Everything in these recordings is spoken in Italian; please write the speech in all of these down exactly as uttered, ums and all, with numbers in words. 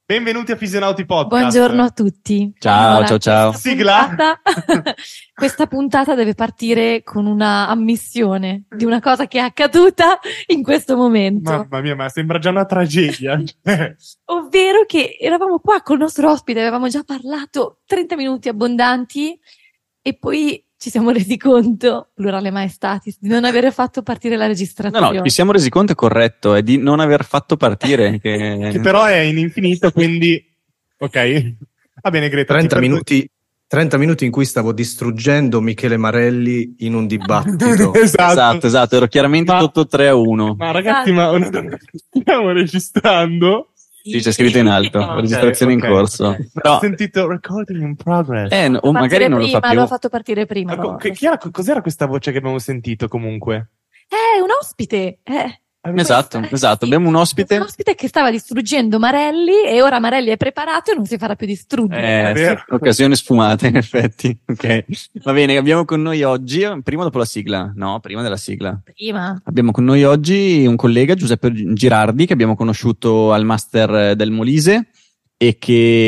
Benvenuti a Fisionauti Podcast. Buongiorno a tutti. Ciao, allora, ciao, ciao. Questa Sigla. Puntata, questa puntata deve partire con una ammissione di una cosa che è accaduta in questo momento. Mamma mia, ma sembra già una tragedia. Ovvero che eravamo qua col nostro ospite, avevamo già parlato trenta minuti abbondanti e poi ci siamo resi conto, plurale maestatis, di non aver fatto partire la registrazione. No, no, ci siamo resi conto, è corretto, è di non aver fatto partire. che... che però è in infinito, quindi... Ok. Va bene, Greta. trenta minuti, trenta minuti in cui stavo distruggendo Michele Marelli in un dibattito. esatto. esatto, esatto, ero chiaramente ma, sotto tre a uno. Ma ragazzi, ma stiamo registrando? Sì, c'è scritto in alto, okay, registrazione okay, in corso. Okay. Però... Ho sentito recording in progress. Eh, o magari non prima, lo fa più. L'ho fatto partire prima. Ma, che, chi era, cos'era questa voce che abbiamo sentito comunque? Eh, un ospite! Eh. Esatto, esatto, abbiamo un ospite. Un ospite che stava distruggendo Marelli e ora Marelli è preparato e non si farà più distruggere. Eh, sì, occasione sfumata, in effetti. Ok, va bene, abbiamo con noi oggi, prima o dopo la sigla? No, prima della sigla. Prima. Abbiamo con noi oggi un collega, Giuseppe Girardi, che abbiamo conosciuto al Master del Molise e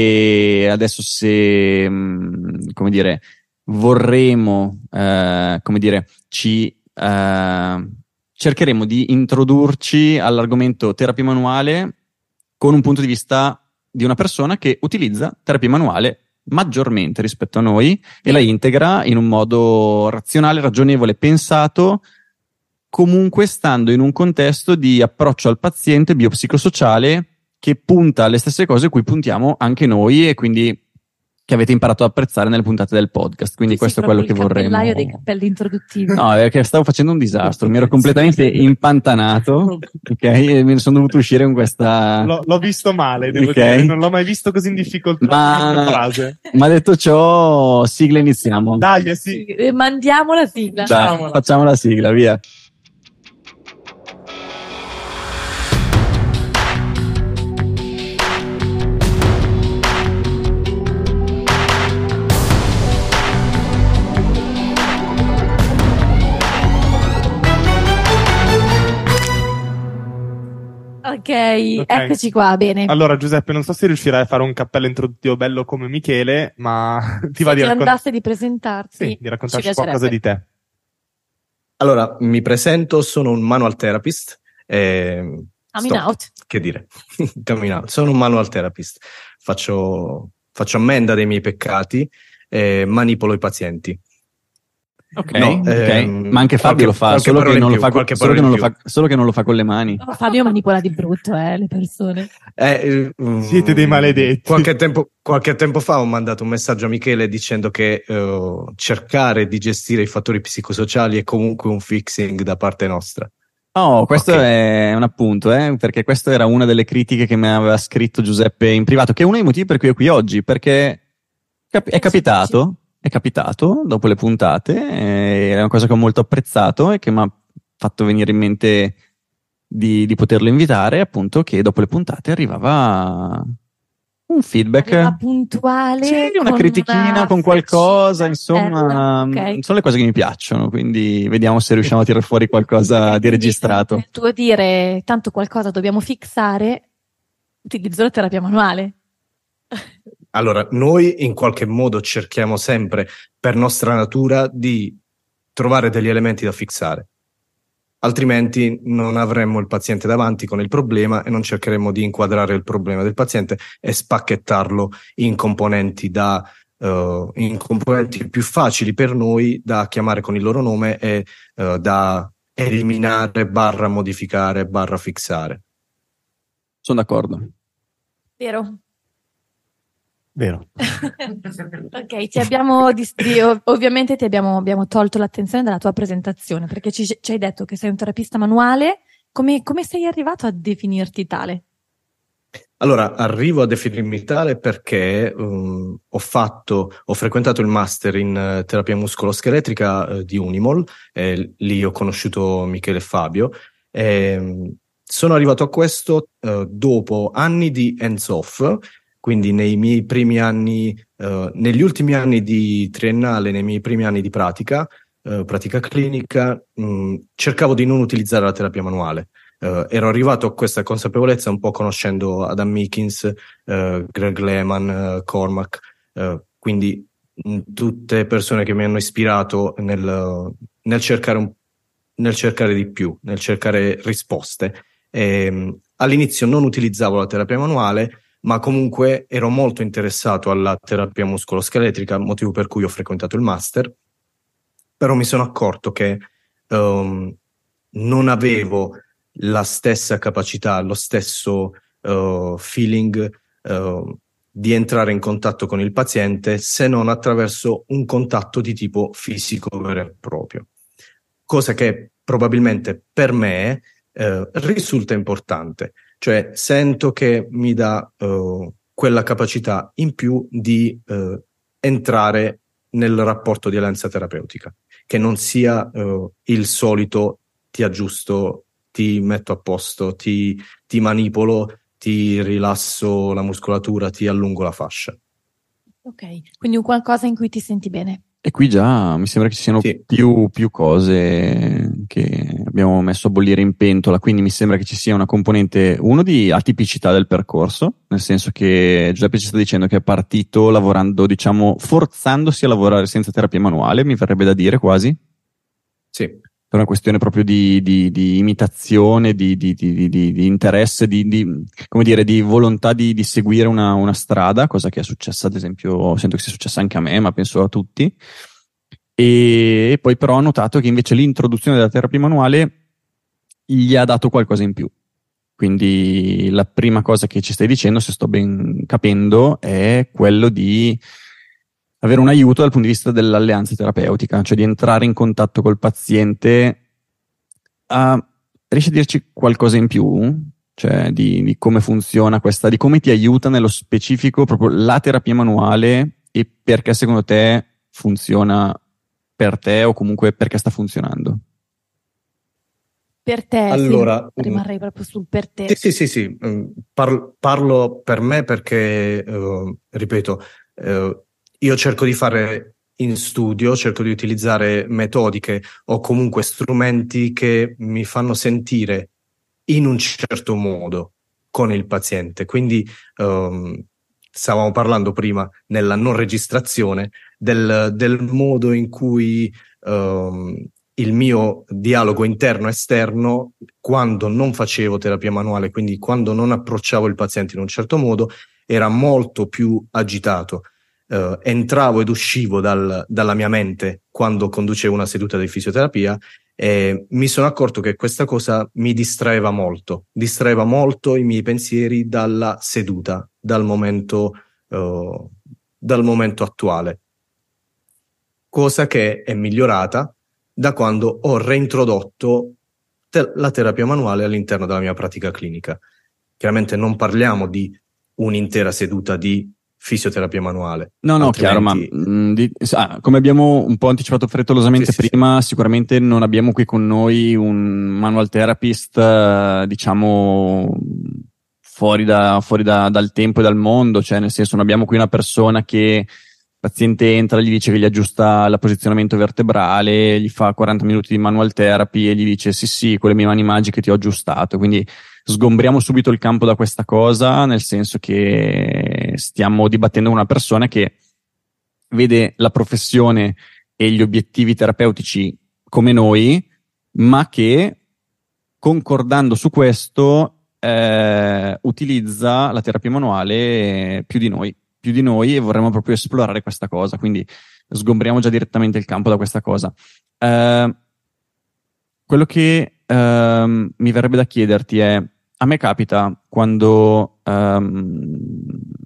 che adesso se, come dire, vorremmo, eh, come dire, ci... Eh, cercheremo di introdurci all'argomento terapia manuale con un punto di vista di una persona che utilizza terapia manuale maggiormente rispetto a noi e la integra in un modo razionale, ragionevole, pensato, comunque stando in un contesto di approccio al paziente biopsicosociale che punta alle stesse cose a cui puntiamo anche noi e quindi che avete imparato ad apprezzare nelle puntate del podcast, quindi sì, questo sì, è quello che vorremmo. Il cappellaio dei cappelli introduttivi. No, è che stavo facendo un disastro, mi ero completamente impantanato, ok? E me ne sono dovuto uscire con questa... L'ho, l'ho visto male, devo okay. dire, non l'ho mai visto così in difficoltà. Ma... frase. Ma detto ciò, sigla, iniziamo. Dai, sì. Mandiamo la sigla. Dai, facciamo la sigla, via. Okay, ok, eccoci qua, bene. Allora Giuseppe, non so se riuscirai a fare un cappello introduttivo bello come Michele, ma ti va se di ti raccont- andasse di presentarti, sì, di raccontarci qualcosa di te. Allora, mi presento, sono un manual therapist. Eh, Coming out. Che dire? Coming out. Sono un manual therapist. Faccio, faccio ammenda dei miei peccati e manipolo i pazienti. Ok, no, okay. Ehm, ma anche Fabio lo fa, solo che non lo fa, solo che non lo fa, solo che non lo fa con le mani. Oh, Fabio manipola di brutto, eh, le persone. Eh, um, Siete dei maledetti. Qualche tempo, qualche tempo fa ho mandato un messaggio a Michele dicendo che uh, cercare di gestire i fattori psicosociali è comunque un fixing da parte nostra. Oh, questo okay. è un appunto, eh, perché questa era una delle critiche che mi aveva scritto Giuseppe in privato, che è uno dei motivi per cui è qui oggi, perché cap- è capitato... È capitato dopo le puntate, è una cosa che ho molto apprezzato e che mi ha fatto venire in mente di, di poterlo invitare, appunto, che dopo le puntate arrivava un feedback. Arriva puntuale. Sì, una critichina una con qualcosa, insomma, eh, okay. sono le cose che mi piacciono, quindi vediamo se riusciamo a tirare fuori qualcosa di registrato. Il tuo dire, tanto qualcosa dobbiamo fissare, utilizzo la terapia manuale. Allora, noi in qualche modo cerchiamo sempre, per nostra natura, di trovare degli elementi da fissare. Altrimenti non avremmo il paziente davanti con il problema e non cercheremo di inquadrare il problema del paziente e spacchettarlo in componenti, da, uh, in componenti più facili per noi da chiamare con il loro nome e uh, da eliminare, barra modificare, barra fissare. Sono d'accordo. Vero. Vero. Ok, ti abbiamo distri- ovviamente ti abbiamo, abbiamo tolto l'attenzione dalla tua presentazione perché ci, ci hai detto che sei un terapista manuale. Come, come sei arrivato a definirti tale? Allora, arrivo a definirmi tale perché um, ho fatto, ho frequentato il master in uh, terapia muscoloscheletrica uh, di Unimol, e lì ho conosciuto Michele e Fabio. E, um, sono arrivato a questo uh, dopo anni di hands-off. Quindi nei miei primi anni, uh, negli ultimi anni di triennale, nei miei primi anni di pratica, uh, pratica clinica, mh, cercavo di non utilizzare la terapia manuale. Uh, ero arrivato a questa consapevolezza un po' conoscendo Adam Meakins, uh, Greg Lehman, uh, Cormac, uh, quindi mh, tutte persone che mi hanno ispirato nel, nel, cercare un, nel cercare di più, nel cercare risposte. E, mh, all'inizio non utilizzavo la terapia manuale, ma comunque ero molto interessato alla terapia muscoloscheletrica, motivo per cui ho frequentato il master, però mi sono accorto che um, non avevo la stessa capacità, lo stesso uh, feeling uh, di entrare in contatto con il paziente se non attraverso un contatto di tipo fisico vero e proprio, cosa che probabilmente per me uh, risulta importante, cioè sento che mi dà uh, quella capacità in più di uh, entrare nel rapporto di alleanza terapeutica, che non sia uh, il solito ti aggiusto, ti metto a posto, ti, ti manipolo, ti rilasso la muscolatura, ti allungo la fascia. Ok, quindi un qualcosa in cui ti senti bene. E qui già mi sembra che ci siano Sì. più, più cose che abbiamo messo a bollire in pentola, quindi mi sembra che ci sia una componente, uno, di atipicità del percorso, nel senso che Giuseppe ci sta dicendo che è partito lavorando, diciamo, forzandosi a lavorare senza terapia manuale, mi verrebbe da dire quasi. Sì. Per una questione proprio di, di, di imitazione, di, di, di, di, di interesse, di, di, come dire, di volontà di, di seguire una, una strada, cosa che è successa, ad esempio, sento che sia successa anche a me, ma penso a tutti. E, e poi però ho notato che invece l'introduzione della terapia manuale gli ha dato qualcosa in più. Quindi la prima cosa che ci stai dicendo, se sto ben capendo, è quello di avere un aiuto dal punto di vista dell'alleanza terapeutica, cioè di entrare in contatto col paziente. Uh, riesci a dirci qualcosa in più? Cioè di, di come funziona questa, di come ti aiuta nello specifico proprio la terapia manuale e perché secondo te funziona per te o comunque perché sta funzionando? Per te, Allora, sì, rimarrei proprio sul per te. Sì, sì, sì, sì. Parlo, parlo per me perché, uh, ripeto, uh, io cerco di fare in studio, cerco di utilizzare metodiche o comunque strumenti che mi fanno sentire in un certo modo con il paziente. Quindi um, stavamo parlando prima nella non registrazione del, del modo in cui um, il mio dialogo interno-esterno, quando non facevo terapia manuale, quindi quando non approcciavo il paziente in un certo modo, era molto più agitato. Uh, entravo ed uscivo dal, dalla mia mente quando conducevo una seduta di fisioterapia e mi sono accorto che questa cosa mi distraeva molto, distraeva molto i miei pensieri dalla seduta, dal momento, uh, dal momento attuale. Cosa che è migliorata da quando ho reintrodotto te- la terapia manuale all'interno della mia pratica clinica. Chiaramente non parliamo di un'intera seduta di fisioterapia manuale. No, no, chiaro, ma mh, di, ah, come abbiamo un po' anticipato frettolosamente sì, prima, sì, sicuramente non abbiamo qui con noi un manual therapist, eh, diciamo, fuori, da, fuori da, dal tempo e dal mondo, cioè nel senso non abbiamo qui una persona che il paziente entra, gli dice che gli aggiusta il posizionamento vertebrale, gli fa quaranta minuti di manual therapy e gli dice sì sì, con le mie mani magiche ti ho aggiustato, quindi sgombriamo subito il campo da questa cosa, nel senso che stiamo dibattendo con una persona che vede la professione e gli obiettivi terapeutici come noi, ma che concordando su questo eh, utilizza la terapia manuale più di noi, più di noi e vorremmo proprio esplorare questa cosa, quindi sgombriamo già direttamente il campo da questa cosa. Eh, quello che eh, mi verrebbe da chiederti è: a me capita quando, um,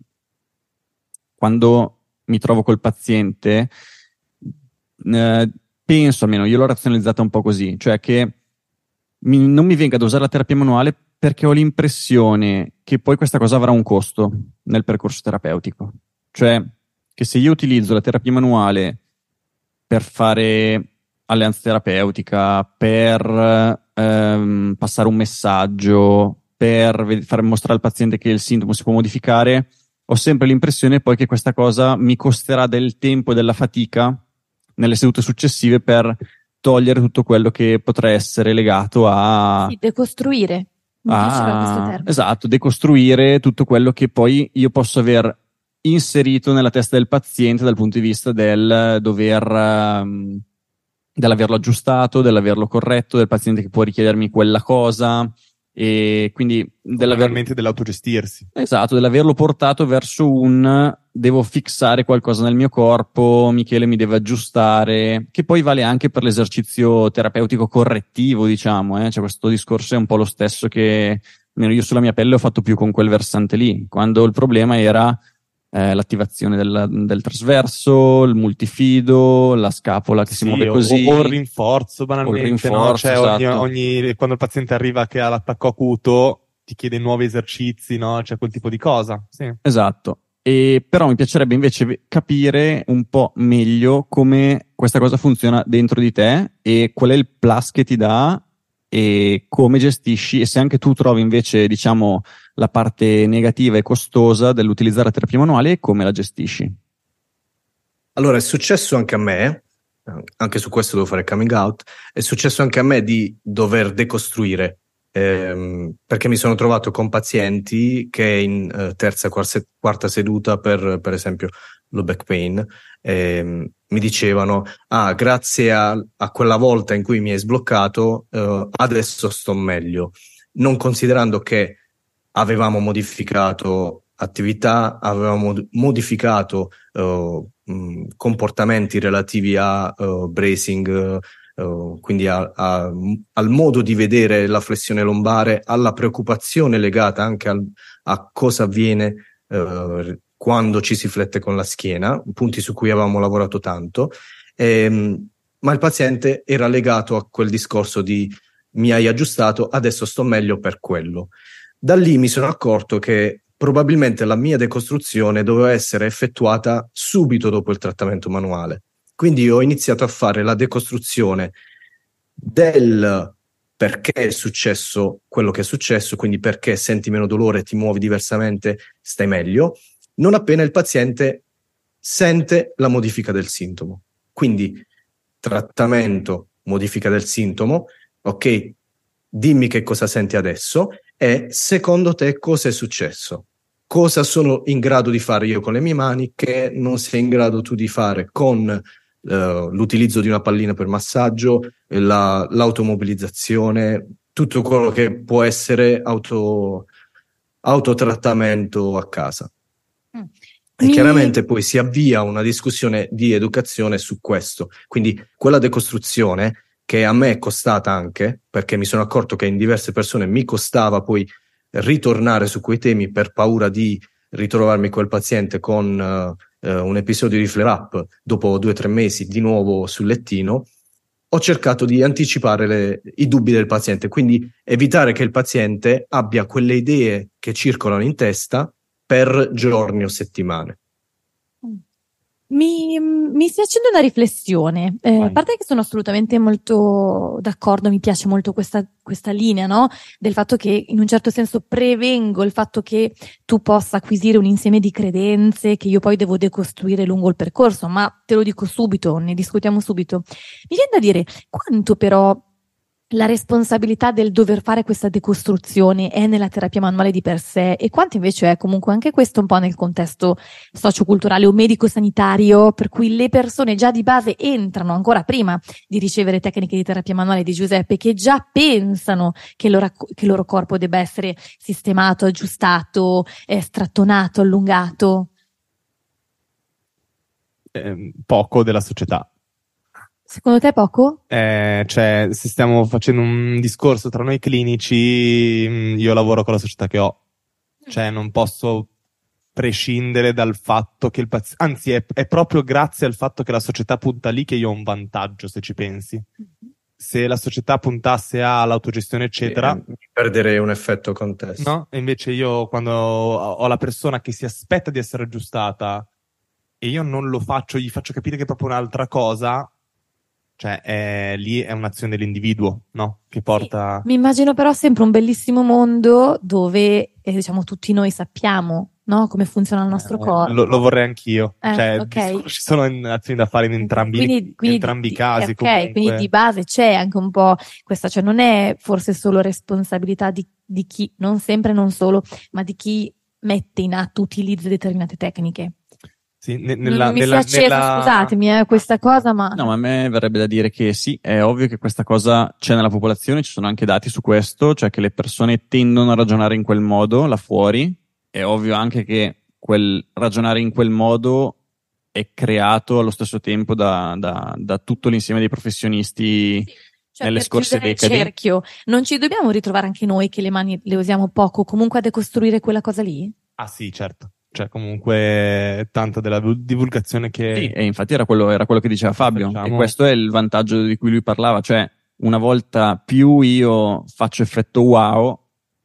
quando mi trovo col paziente, eh, penso, almeno io l'ho razionalizzata un po' così, cioè che mi, non mi venga ad usare la terapia manuale perché ho l'impressione che poi questa cosa avrà un costo nel percorso terapeutico. Cioè che se io utilizzo la terapia manuale per fare alleanza terapeutica, per ehm, passare un messaggio, per far mostrare al paziente che il sintomo si può modificare, ho sempre l'impressione poi che questa cosa mi costerà del tempo e della fatica nelle sedute successive per togliere tutto quello che potrà essere legato a... Sì, decostruire. Mi piaceva questo a termine. esatto, decostruire tutto quello che poi io posso aver inserito nella testa del paziente dal punto di vista del dover... Um, dell'averlo aggiustato, dell'averlo corretto, del paziente che può richiedermi quella cosa, e quindi dell'averlo, dell'autogestirsi. esatto, dell'averlo portato verso un devo fissare qualcosa nel mio corpo, Michele mi deve aggiustare, che poi vale anche per l'esercizio terapeutico correttivo, diciamo, eh? Cioè questo discorso è un po' lo stesso che almeno io sulla mia pelle ho fatto più con quel versante lì, quando il problema era Eh, l'attivazione del, del trasverso, il multifido, la scapola che Sì, si muove o, così. o il rinforzo, banalmente. O il rinforzo, no? Cioè, ogni, esatto. ogni, quando il paziente arriva che ha l'attacco acuto, ti chiede nuovi esercizi, no? Cioè, quel tipo di cosa. Sì. Esatto. E però mi piacerebbe invece capire un po' meglio come questa cosa funziona dentro di te e qual è il plus che ti dà e come gestisci, e se anche tu trovi invece, diciamo, la parte negativa e costosa dell'utilizzare la terapia manuale e come la gestisci. Allora, è successo anche a me, anche su questo devo fare coming out, è successo anche a me di dover decostruire, ehm, perché mi sono trovato con pazienti che in eh, terza, quarta, quarta seduta per, per esempio, lo back pain, ehm, mi dicevano, ah, grazie a, a quella volta in cui mi hai sbloccato, eh, adesso sto meglio, non considerando che avevamo modificato attività, avevamo modificato uh, mh, comportamenti relativi a uh, bracing, uh, quindi a, a, al modo di vedere la flessione lombare, alla preoccupazione legata anche al, a cosa avviene uh, quando ci si flette con la schiena, punti su cui avevamo lavorato tanto, ehm, ma il paziente era legato a quel discorso di mi hai aggiustato, adesso sto meglio per quello. Da lì mi sono accorto che probabilmente la mia decostruzione doveva essere effettuata subito dopo il trattamento manuale. Quindi ho iniziato a fare la decostruzione del perché è successo quello che è successo, quindi perché senti meno dolore, ti muovi diversamente, stai meglio, non appena il paziente sente la modifica del sintomo. Quindi trattamento, modifica del sintomo, ok, dimmi che cosa senti adesso e secondo te cosa è successo? Cosa sono in grado di fare io con le mie mani che non sei in grado tu di fare con uh, l'utilizzo di una pallina per massaggio, la, l'automobilizzazione, tutto quello che può essere auto, autotrattamento a casa. Mm. E Mi... chiaramente poi si avvia una discussione di educazione su questo. Quindi quella decostruzione che a me è costata anche, perché mi sono accorto che in diverse persone mi costava poi ritornare su quei temi per paura di ritrovarmi quel paziente con uh, uh, un episodio di flare up dopo due o tre mesi di nuovo sul lettino. Ho cercato di anticipare le, i dubbi del paziente, quindi evitare che il paziente abbia quelle idee che circolano in testa per giorni o settimane. Mi, mi stai facendo una riflessione, eh, a parte che sono assolutamente molto d'accordo, mi piace molto questa, questa linea, no? Del fatto che in un certo senso prevengo il fatto che tu possa acquisire un insieme di credenze che io poi devo decostruire lungo il percorso, ma te lo dico subito, ne discutiamo subito. Mi viene da dire quanto però la responsabilità del dover fare questa decostruzione è nella terapia manuale di per sé e quanto invece è comunque anche questo un po' nel contesto socioculturale o medico-sanitario, per cui le persone già di base entrano ancora prima di ricevere tecniche di terapia manuale di Giuseppe, che già pensano che il loro, che il loro corpo debba essere sistemato, aggiustato, eh, strattonato, allungato. Eh, poco della società. Secondo te poco? Eh, cioè, se stiamo facendo un discorso tra noi clinici, io lavoro con la società che ho. Cioè, non posso prescindere dal fatto che il paziente... Anzi, è, è proprio grazie al fatto che la società punta lì che io ho un vantaggio, se ci pensi. Se la società puntasse all'autogestione, eccetera... Eh, perderei un effetto contesto. No? E invece io, quando ho la persona che si aspetta di essere aggiustata e io non lo faccio, gli faccio capire che è proprio un'altra cosa... Cioè, è, lì è un'azione dell'individuo, no? Che porta... Sì, mi immagino però sempre un bellissimo mondo dove, eh, diciamo, tutti noi sappiamo no? Come funziona il nostro Eh, corpo. lo, lo vorrei anch'io. Eh, Cioè, ok. ci sono in- azioni da fare in entrambi, Quindi, quindi in entrambi di, i casi. ok, Comunque. quindi di base c'è anche un po' questa, cioè non è forse solo responsabilità di, di chi, non sempre, non solo, ma di chi mette in atto, utilizza determinate tecniche. Sì, ne- Non nella, mi nella, sia acceso, nella- scusatemi, eh, questa cosa, ma... No, ma a me verrebbe da dire che sì, è ovvio che questa cosa c'è nella popolazione, ci sono anche dati su questo, cioè che le persone tendono a ragionare in quel modo là fuori. È ovvio anche che quel ragionare in quel modo è creato allo stesso tempo da, da, da tutto l'insieme dei professionisti Cioè, nelle per scorse chiudere il decadi. cerchio, non ci dobbiamo ritrovare anche noi che le mani le usiamo poco, comunque a decostruire quella cosa lì? Ah sì, certo. Cioè, comunque, tanta della divulgazione che... Sì, e infatti era quello, era quello che diceva Fabio, Facciamo. e questo è il vantaggio di cui lui parlava, cioè una volta più io faccio effetto wow,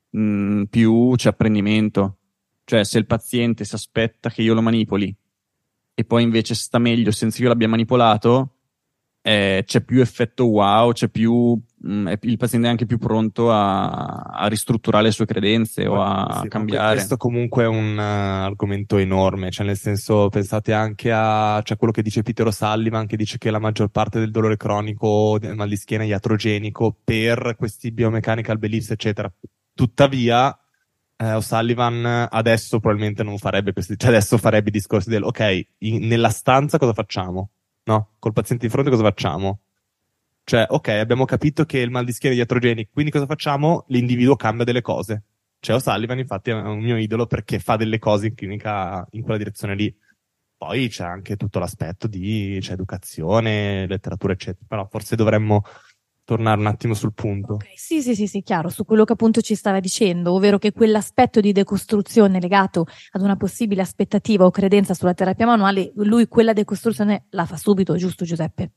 mh, più c'è apprendimento. Cioè se il paziente si aspetta che io lo manipoli e poi invece sta meglio senza che io l'abbia manipolato, eh, c'è più effetto wow, c'è più, mh, il paziente è anche più pronto a, a ristrutturare le sue credenze o a Sì, cambiare. Questo comunque è un uh, argomento enorme, cioè nel senso pensate anche a cioè, quello che dice Peter O'Sullivan, che dice che la maggior parte del dolore cronico, del mal di schiena è iatrogenico per questi biomechanical beliefs eccetera. Tuttavia eh, O'Sullivan adesso probabilmente non farebbe questi, cioè adesso farebbe i discorsi del ok, in, nella stanza cosa facciamo? No? Col paziente di fronte cosa facciamo? Cioè, ok, abbiamo capito che il mal di schiena è iatrogenico, quindi cosa facciamo? L'individuo cambia delle cose. Cioè, O'Sullivan, infatti, è un mio idolo perché fa delle cose in clinica in quella direzione lì. Poi c'è anche tutto l'aspetto di cioè, educazione, letteratura, eccetera. Però forse dovremmo tornare un attimo sul punto. Ok, Sì, sì, sì, sì, chiaro, su quello che appunto ci stava dicendo, ovvero che quell'aspetto di decostruzione legato ad una possibile aspettativa o credenza sulla terapia manuale, lui quella decostruzione la fa subito, giusto Giuseppe?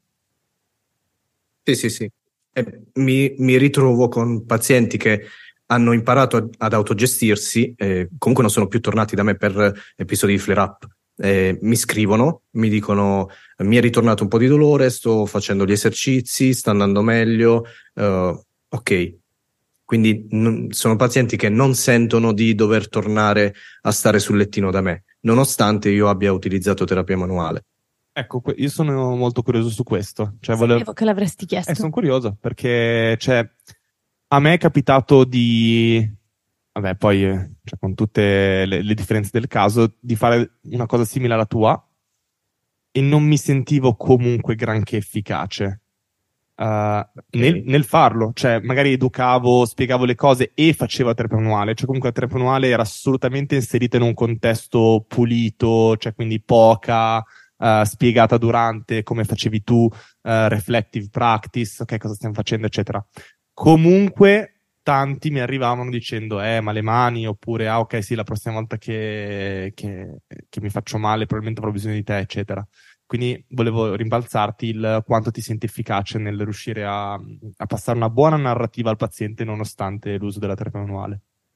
Sì, sì, sì. E mi, mi ritrovo con pazienti che hanno imparato ad, ad autogestirsi, eh, comunque non sono più tornati da me per episodi di flare-up. Eh, mi scrivono, mi dicono mi è ritornato un po' di dolore, sto facendo gli esercizi, sta andando meglio, uh, ok. Quindi non, sono pazienti che non sentono di dover tornare a stare sul lettino da me, nonostante io abbia utilizzato terapia manuale. Ecco, io sono molto curioso su questo. Cioè, Sapevo volevo... che l'avresti chiesto. Eh, sono curioso perché cioè, a me è capitato di, vabbè, poi eh, cioè, con tutte le, le differenze del caso, di fare una cosa simile alla tua e non mi sentivo comunque granché efficace uh, okay. nel, nel farlo. Cioè, magari educavo, spiegavo le cose e facevo la terapia manuale. Cioè, comunque la terapia manuale era assolutamente inserita in un contesto pulito, cioè quindi poca. Uh, spiegata durante come facevi tu, uh, reflective practice, ok, cosa stiamo facendo, eccetera. Comunque, tanti mi arrivavano dicendo, eh, ma le mani, oppure, ah, ok, sì, la prossima volta che, che, che mi faccio male, probabilmente avrò bisogno di te, eccetera. Quindi volevo rimbalzarti il quanto ti senti efficace nel riuscire a, a passare una buona narrativa al paziente nonostante l'uso della terapia manuale.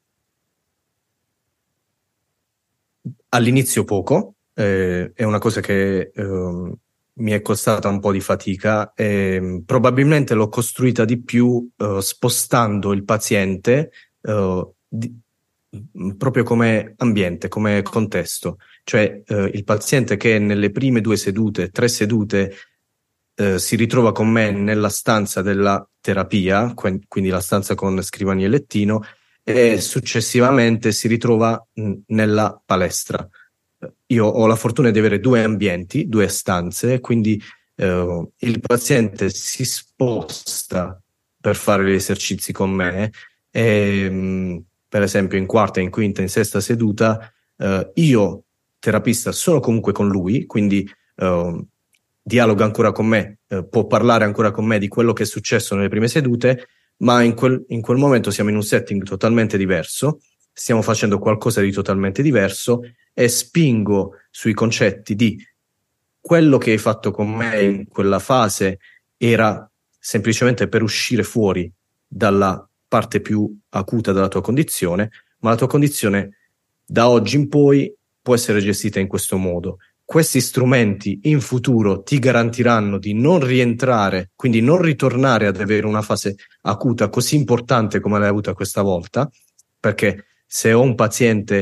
All'inizio poco. Eh, è una cosa che eh, mi è costata un po' di fatica e probabilmente l'ho costruita di più eh, spostando il paziente eh, di, proprio come ambiente, come contesto. Cioè eh, il paziente che nelle prime due sedute, tre sedute eh, si ritrova con me nella stanza della terapia, quindi la stanza con scrivania e lettino, e successivamente si ritrova mh, nella palestra. Io ho la fortuna di avere due ambienti, due stanze, quindi eh, il paziente si sposta per fare gli esercizi con me e mh, per esempio in quarta, in quinta, in sesta seduta eh, io terapista sono comunque con lui, quindi eh, dialoga ancora con me, eh, può parlare ancora con me di quello che è successo nelle prime sedute, ma in quel, in quel momento siamo in un setting totalmente diverso, stiamo facendo qualcosa di totalmente diverso e spingo sui concetti di quello che hai fatto con me in quella fase era semplicemente per uscire fuori dalla parte più acuta della tua condizione, ma la tua condizione da oggi in poi può essere gestita in questo modo. Questi strumenti in futuro ti garantiranno di non rientrare, quindi non ritornare ad avere una fase acuta così importante come l'hai avuta questa volta, perché se ho un paziente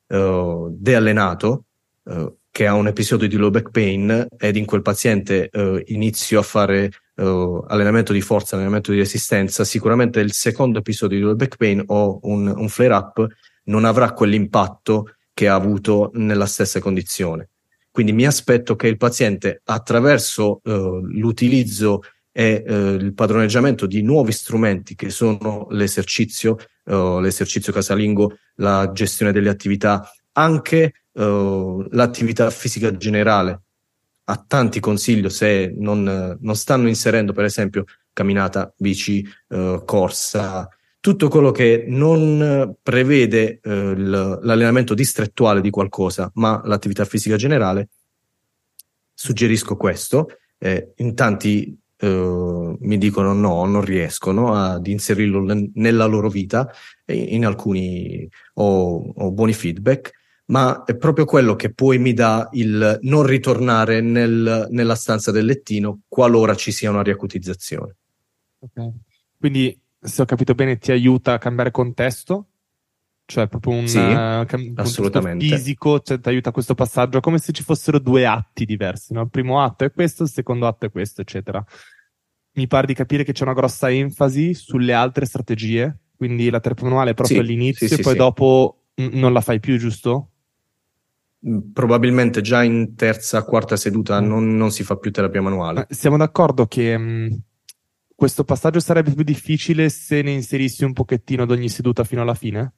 uh, deallenato, uh, che ha un episodio di low back pain, ed in quel paziente uh, inizio a fare uh, allenamento di forza, allenamento di resistenza, sicuramente il secondo episodio di low back pain o un, un flare up non avrà quell'impatto che ha avuto nella stessa condizione. Quindi mi aspetto che il paziente, attraverso uh, l'utilizzo e uh, il padroneggiamento di nuovi strumenti che sono l'esercizio, uh, l'esercizio casalingo, la gestione delle attività, anche uh, l'attività fisica generale, ha tanti consigli se non, non stanno inserendo, per esempio, camminata, bici, uh, corsa, tutto quello che non prevede uh, l'allenamento distrettuale di qualcosa, ma l'attività fisica generale. Suggerisco questo. Eh, in tanti uh, mi dicono no, non riescono ad inserirlo n- nella loro vita, e in alcuni ho, ho buoni feedback, ma è proprio quello che poi mi dà il non ritornare nel, nella stanza del lettino qualora ci sia una riacutizzazione. Okay. Quindi, se ho capito bene, ti aiuta a cambiare contesto? Cioè proprio un, Sì, uh, cam- assolutamente. contesto fisico, cioè ti aiuta questo passaggio, come se ci fossero due atti diversi, no? Il primo atto è questo, il secondo atto è questo, eccetera. Mi pare di capire che c'è una grossa enfasi sulle altre strategie, quindi la terapia manuale è proprio Sì, all'inizio sì, e sì, poi sì. dopo n- non la fai più, giusto? Probabilmente già in terza, quarta seduta Mm. non, non si fa più terapia manuale. Ma siamo d'accordo che mh, questo passaggio sarebbe più difficile se ne inserissi un pochettino ad ogni seduta fino alla fine?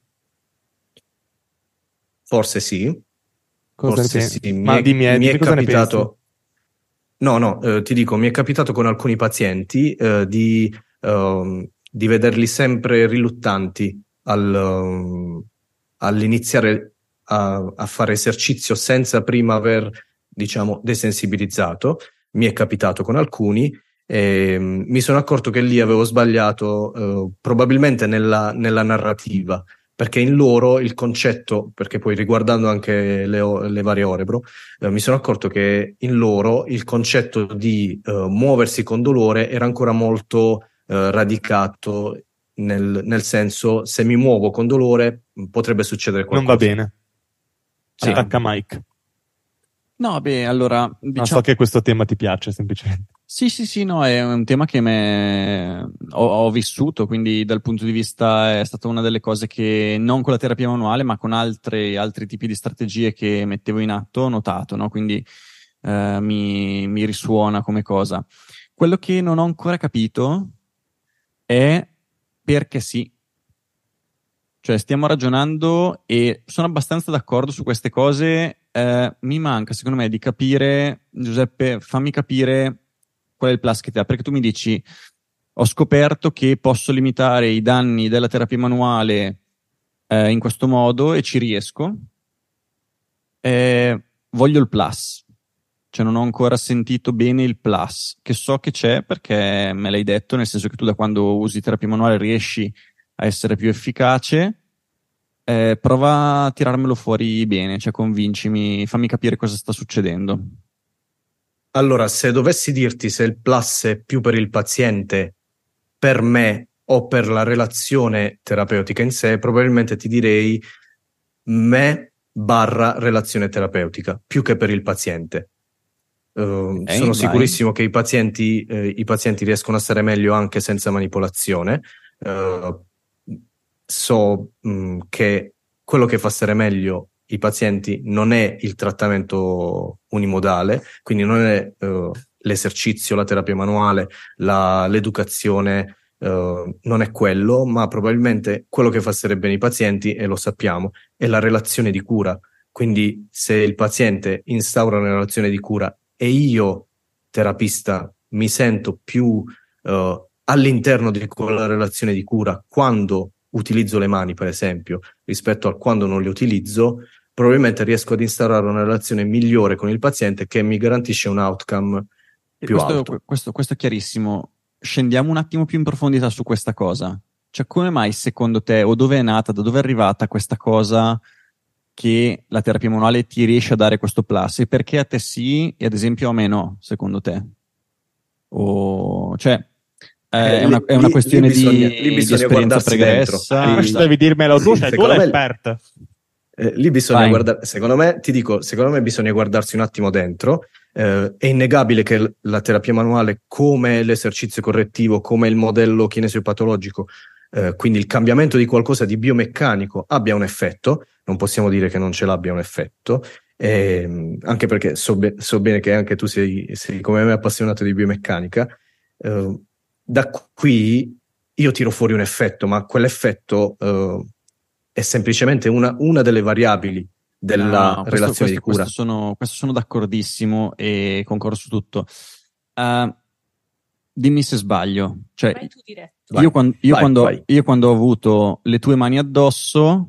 Forse sì, Cosa forse ne sì. pensi? Mi Ma è, dimmi, eh, mi dimmi è cosa ne pensi. capitato. No, no, eh, ti dico, mi è capitato con alcuni pazienti eh, di, ehm, di vederli sempre riluttanti al, ehm, all'iniziare a, a fare esercizio senza prima aver, diciamo, desensibilizzato. Mi è capitato con alcuni e mm, mi sono accorto che lì avevo sbagliato eh, probabilmente nella, nella narrativa, perché in loro il concetto, perché poi riguardando anche le, o- le varie Orebro, eh, mi sono accorto che in loro il concetto di eh, muoversi con dolore era ancora molto eh, radicato nel, nel senso, se mi muovo con dolore potrebbe succedere Non qualcosa. va bene. Sì. Attacca Mike. No, beh, allora, No, diciamo... so che questo tema ti piace, semplicemente. Sì, sì, sì, no, è un tema che me ho, ho vissuto, quindi dal punto di vista è stata una delle cose che non con la terapia manuale, ma con altre, altri tipi di strategie che mettevo in atto ho notato, no? Quindi eh, mi, mi risuona come cosa. Quello che non ho ancora capito è perché sì. Cioè, stiamo ragionando e sono abbastanza d'accordo su queste cose. Eh, mi manca, secondo me, di capire, Giuseppe, fammi capire qual è il plus che ti ha, perché tu mi dici, ho scoperto che posso limitare i danni della terapia manuale eh, in questo modo e ci riesco. Eh, voglio il plus. Cioè, non ho ancora sentito bene il plus, che so che c'è perché me l'hai detto, nel senso che tu da quando usi terapia manuale riesci a essere più efficace. Eh, prova a tirarmelo fuori bene, cioè convincimi, fammi capire cosa sta succedendo. Allora, se dovessi dirti se il plus è più per il paziente, per me o per la relazione terapeutica in sé, probabilmente ti direi me barra relazione terapeutica, più che per il paziente. Uh, Okay, sono vai. sicurissimo che i pazienti, eh, i pazienti riescono a stare meglio anche senza manipolazione. Uh, so mh, che quello che fa stare meglio i pazienti non è il trattamento unimodale, quindi non è uh, l'esercizio, la terapia manuale, la, l'educazione, uh, non è quello, ma probabilmente quello che fa stare bene i pazienti, e lo sappiamo, è la relazione di cura. Quindi se il paziente instaura una relazione di cura e io, terapista, mi sento più uh, all'interno di quella relazione di cura quando utilizzo le mani, per esempio, rispetto a quando non le utilizzo, probabilmente riesco ad instaurare una relazione migliore con il paziente che mi garantisce un outcome E più questo, alto. questo, questo è chiarissimo. Scendiamo un attimo più in profondità su questa cosa. Cioè, come mai secondo te, o dove è nata, da dove è arrivata questa cosa che la terapia manuale ti riesce a dare questo plus? E perché a te sì e ad esempio a me no, secondo te? O, cioè, eh, Eh, è, una, lì, è una lì- questione lì bisogna, di, lì di bisogna esperienza guardarsi dentro. pregressa? Eh, Lì- questo devi dirmelo tu, sì, sei tu secondo me- l'esperto. Eh, lì bisogna Vai. guardare, secondo me, ti dico, secondo me bisogna guardarsi un attimo dentro. Eh, è innegabile che l- la terapia manuale, come l'esercizio correttivo, come il modello kinesiopatologico, eh, quindi il cambiamento di qualcosa di biomeccanico, abbia un effetto. Non possiamo dire che non ce l'abbia un effetto, eh, anche perché so, be- so bene che anche tu sei, sei come me appassionato di biomeccanica. Eh, da qui io tiro fuori un effetto, ma quell'effetto eh, è semplicemente una, una delle variabili della No, questo, relazione questo- di cura. questo sono, questo sono d'accordissimo e concordo su tutto. Eh, dimmi se sbaglio. Cioè, Vai tu diretto. Vai, io, quan- io vai, quando, vai. io quando ho avuto le tue mani addosso,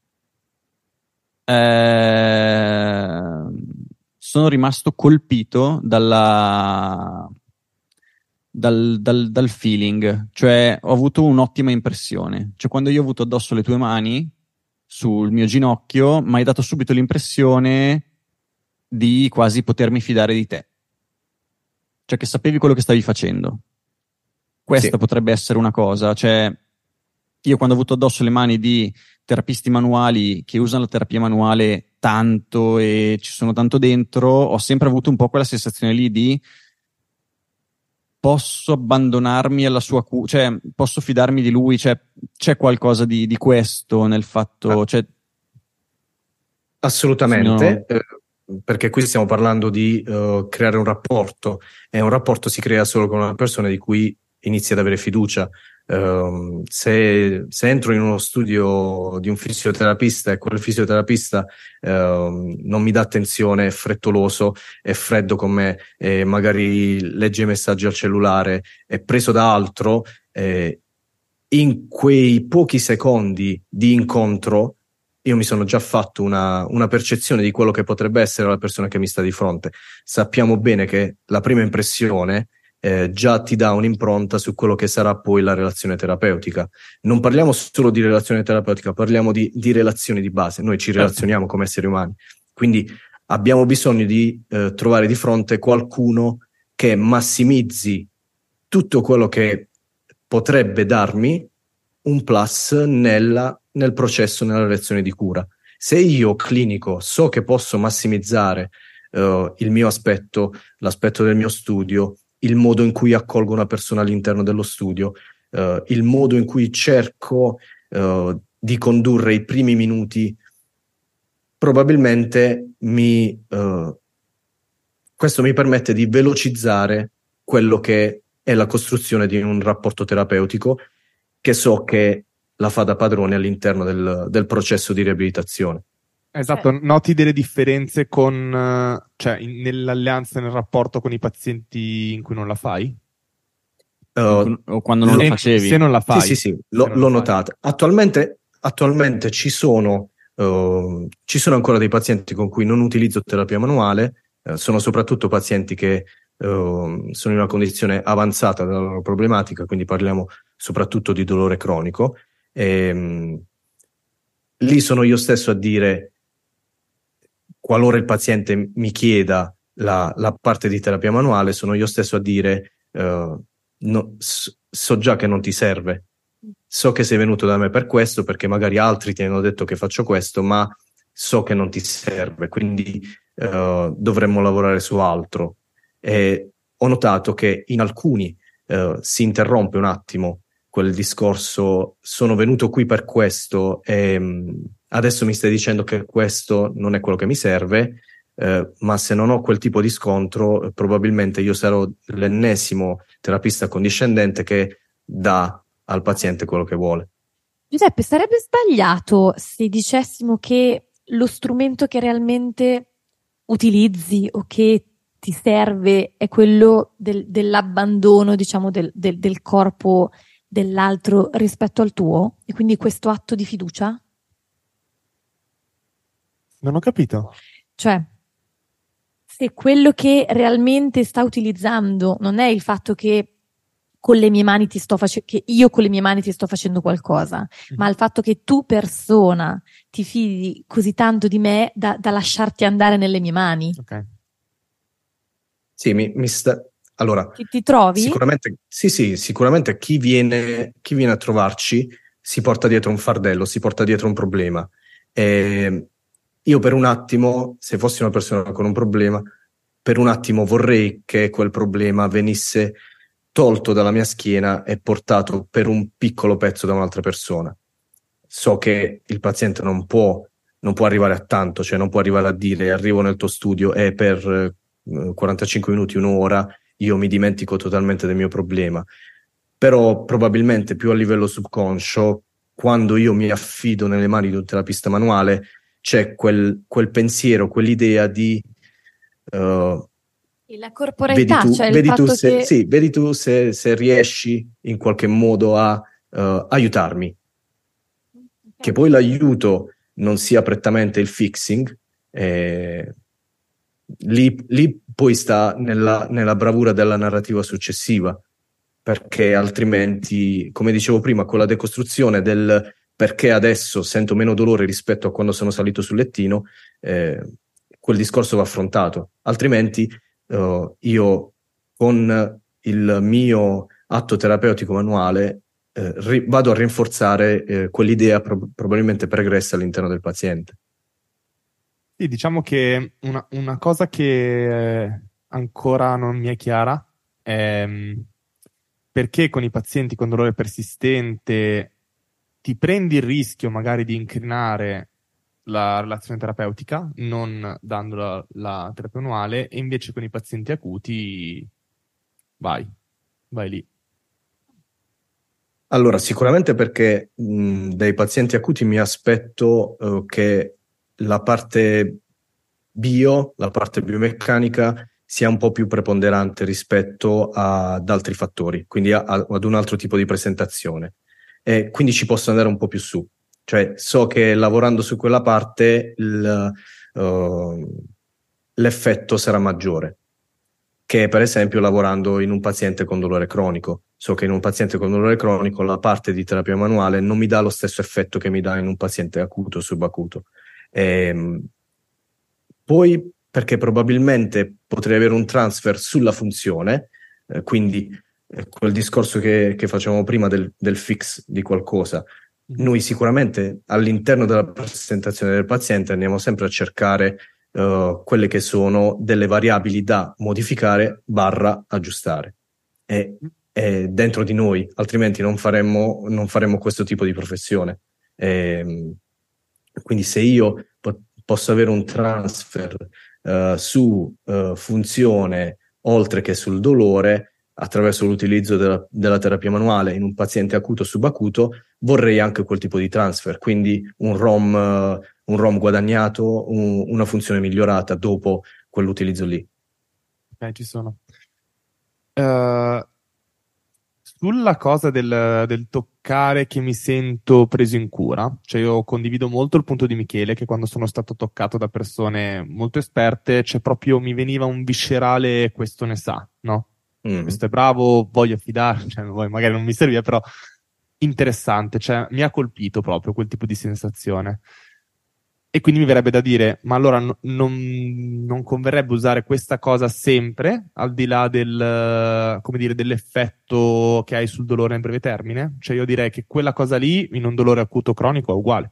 eh, sono rimasto colpito dalla, dal, dal- dal feeling, cioè ho avuto un'ottima impressione. Cioè, quando io ho avuto addosso le tue mani sul mio ginocchio, mi hai dato subito l'impressione di quasi potermi fidare di te. Cioè, che sapevi quello che stavi facendo. Questa Sì. potrebbe essere una cosa, cioè io quando ho avuto addosso le mani di terapisti manuali che usano la terapia manuale tanto e ci sono tanto dentro, ho sempre avuto un po' quella sensazione lì di posso abbandonarmi alla sua cura, cioè posso fidarmi di lui, cioè c'è qualcosa di, di questo nel fatto, Ah. cioè, Assolutamente, eh, perché qui stiamo parlando di eh, creare un rapporto, e un rapporto si crea solo con una persona di cui inizi ad avere fiducia. Um, se, se entro in uno studio di un fisioterapista e quel fisioterapista um, non mi dà attenzione, è frettoloso, è freddo con me, e magari legge i messaggi al cellulare, è preso da altro, eh, in quei pochi secondi di incontro io mi sono già fatto una, una percezione di quello che potrebbe essere la persona che mi sta di fronte. Sappiamo bene che la prima impressione eh, già ti dà un'impronta su quello che sarà poi la relazione terapeutica. Non parliamo solo di relazione terapeutica, parliamo di, di relazioni di base. Noi ci relazioniamo come esseri umani. Quindi abbiamo bisogno di eh, trovare di fronte qualcuno che massimizzi tutto quello che potrebbe darmi un plus nella, nel processo, nella relazione di cura. Se io clinico so che posso massimizzare uh, il mio aspetto, l'aspetto del mio studio, il modo in cui accolgo una persona all'interno dello studio, uh, il modo in cui cerco uh, di condurre i primi minuti, probabilmente mi, uh, questo mi permette di velocizzare quello che è la costruzione di un rapporto terapeutico che so che la fa da padrone all'interno del, del processo di riabilitazione. Esatto, noti delle differenze con, cioè, in- nell'alleanza, nel rapporto con i pazienti in cui non la fai? Uh, o quando non se, lo facevi. Se non la fai. Sì, sì, sì, Se lo, non l'ho la fai. notata. Attualmente, attualmente ci sono, uh, ci sono ancora dei pazienti con cui non utilizzo terapia manuale, uh, sono soprattutto pazienti che uh, sono in una condizione avanzata della loro problematica, quindi parliamo soprattutto di dolore cronico. E, um, lì sono io stesso a dire, qualora il paziente mi chieda la, la parte di terapia manuale, sono io stesso a dire uh, no, so, so già che non ti serve, so che sei venuto da me per questo, perché magari altri ti hanno detto che faccio questo, ma so che non ti serve, quindi uh, dovremmo lavorare su altro. E ho notato che in alcuni uh, si interrompe un attimo quel discorso, sono venuto qui per questo e mh, adesso mi stai dicendo che questo non è quello che mi serve, eh, ma se non ho quel tipo di scontro, eh, probabilmente io sarò l'ennesimo terapista condiscendente che dà al paziente quello che vuole. Giuseppe, sarebbe sbagliato se dicessimo che lo strumento che realmente utilizzi o che ti serve è quello del, dell'abbandono, diciamo, del, del, del corpo dell'altro rispetto al tuo? E quindi questo atto di fiducia? Non ho capito. Cioè, se quello che realmente sta utilizzando non è il fatto che con le mie mani ti sto facendo, che io con le mie mani ti sto facendo qualcosa, mm-hmm. ma il fatto che tu persona ti fidi così tanto di me da, da lasciarti andare nelle mie mani. Ok. Sì, mi, mi sta... Allora, ti, ti trovi? Sicuramente, sì, sì, sicuramente chi viene, chi viene a trovarci si porta dietro un fardello, si porta dietro un problema. E io per un attimo, se fossi una persona con un problema, per un attimo vorrei che quel problema venisse tolto dalla mia schiena e portato per un piccolo pezzo da un'altra persona. So che il paziente non può, non può arrivare a tanto, cioè non può arrivare a dire arrivo nel tuo studio e per eh, quarantacinque minuti, un'ora, io mi dimentico totalmente del mio problema. Però probabilmente più a livello subconscio, quando io mi affido nelle mani di un terapista manuale, c'è quel, quel pensiero, quell'idea di uh, E la corporeità, vedi tu, cioè il vedi tu fatto se, che... sì, vedi tu se, se riesci in qualche modo a uh, aiutarmi. Che poi l'aiuto non sia prettamente il fixing, eh, lì, lì poi sta nella, nella bravura della narrativa successiva, perché altrimenti, come dicevo prima, con la decostruzione del perché adesso sento meno dolore rispetto a quando sono salito sul lettino, eh, quel discorso va affrontato. Altrimenti uh, io con il mio atto terapeutico manuale eh, ri- vado a rinforzare eh, quell'idea pro- probabilmente pregressa all'interno del paziente. Sì, diciamo che una, una cosa che eh, ancora non mi è chiara è mm, perché con i pazienti con dolore persistente ti prendi il rischio magari di incrinare la relazione terapeutica, non dando la, la terapia manuale, e invece con i pazienti acuti vai, vai lì. Allora, sicuramente perché mh, dai pazienti acuti mi aspetto eh, che la parte bio, la parte biomeccanica sia un po' più preponderante rispetto a- ad altri fattori, quindi a- a- ad un altro tipo di presentazione. E quindi ci posso andare un po' più su. Cioè, so che lavorando su quella parte il, uh, l'effetto sarà maggiore che per esempio lavorando in un paziente con dolore cronico. So che in un paziente con dolore cronico la parte di terapia manuale non mi dà lo stesso effetto che mi dà in un paziente acuto o subacuto. Ehm, poi perché probabilmente potrei avere un transfer sulla funzione, eh, quindi eh, quel discorso che, che facevamo prima del, del fix di qualcosa. Noi sicuramente all'interno della presentazione del paziente andiamo sempre a cercare uh, quelle che sono delle variabili da modificare barra aggiustare. E, e dentro di noi, altrimenti non faremmo, non faremmo questo tipo di professione. E, quindi se io po- posso avere un transfer uh, su uh, funzione oltre che sul dolore attraverso l'utilizzo della, della terapia manuale in un paziente acuto o subacuto, vorrei anche quel tipo di transfer, quindi un ROM, uh, un ROM guadagnato, un, una funzione migliorata dopo quell'utilizzo lì. Ok, ci sono. Uh, sulla cosa del, del toccare che mi sento preso in cura, cioè io condivido molto il punto di Michele che quando sono stato toccato da persone molto esperte, cioè proprio mi veniva un viscerale questo ne sa, no? Mm. Questo è bravo, voglio affidarmi, cioè, magari non mi serviva, però interessante, cioè mi ha colpito proprio quel tipo di sensazione. E quindi mi verrebbe da dire, ma allora no- non, non converrebbe usare questa cosa sempre, al di là del, come dire, dell'effetto che hai sul dolore in breve termine? Cioè io direi che quella cosa lì, in un dolore acuto cronico, è uguale.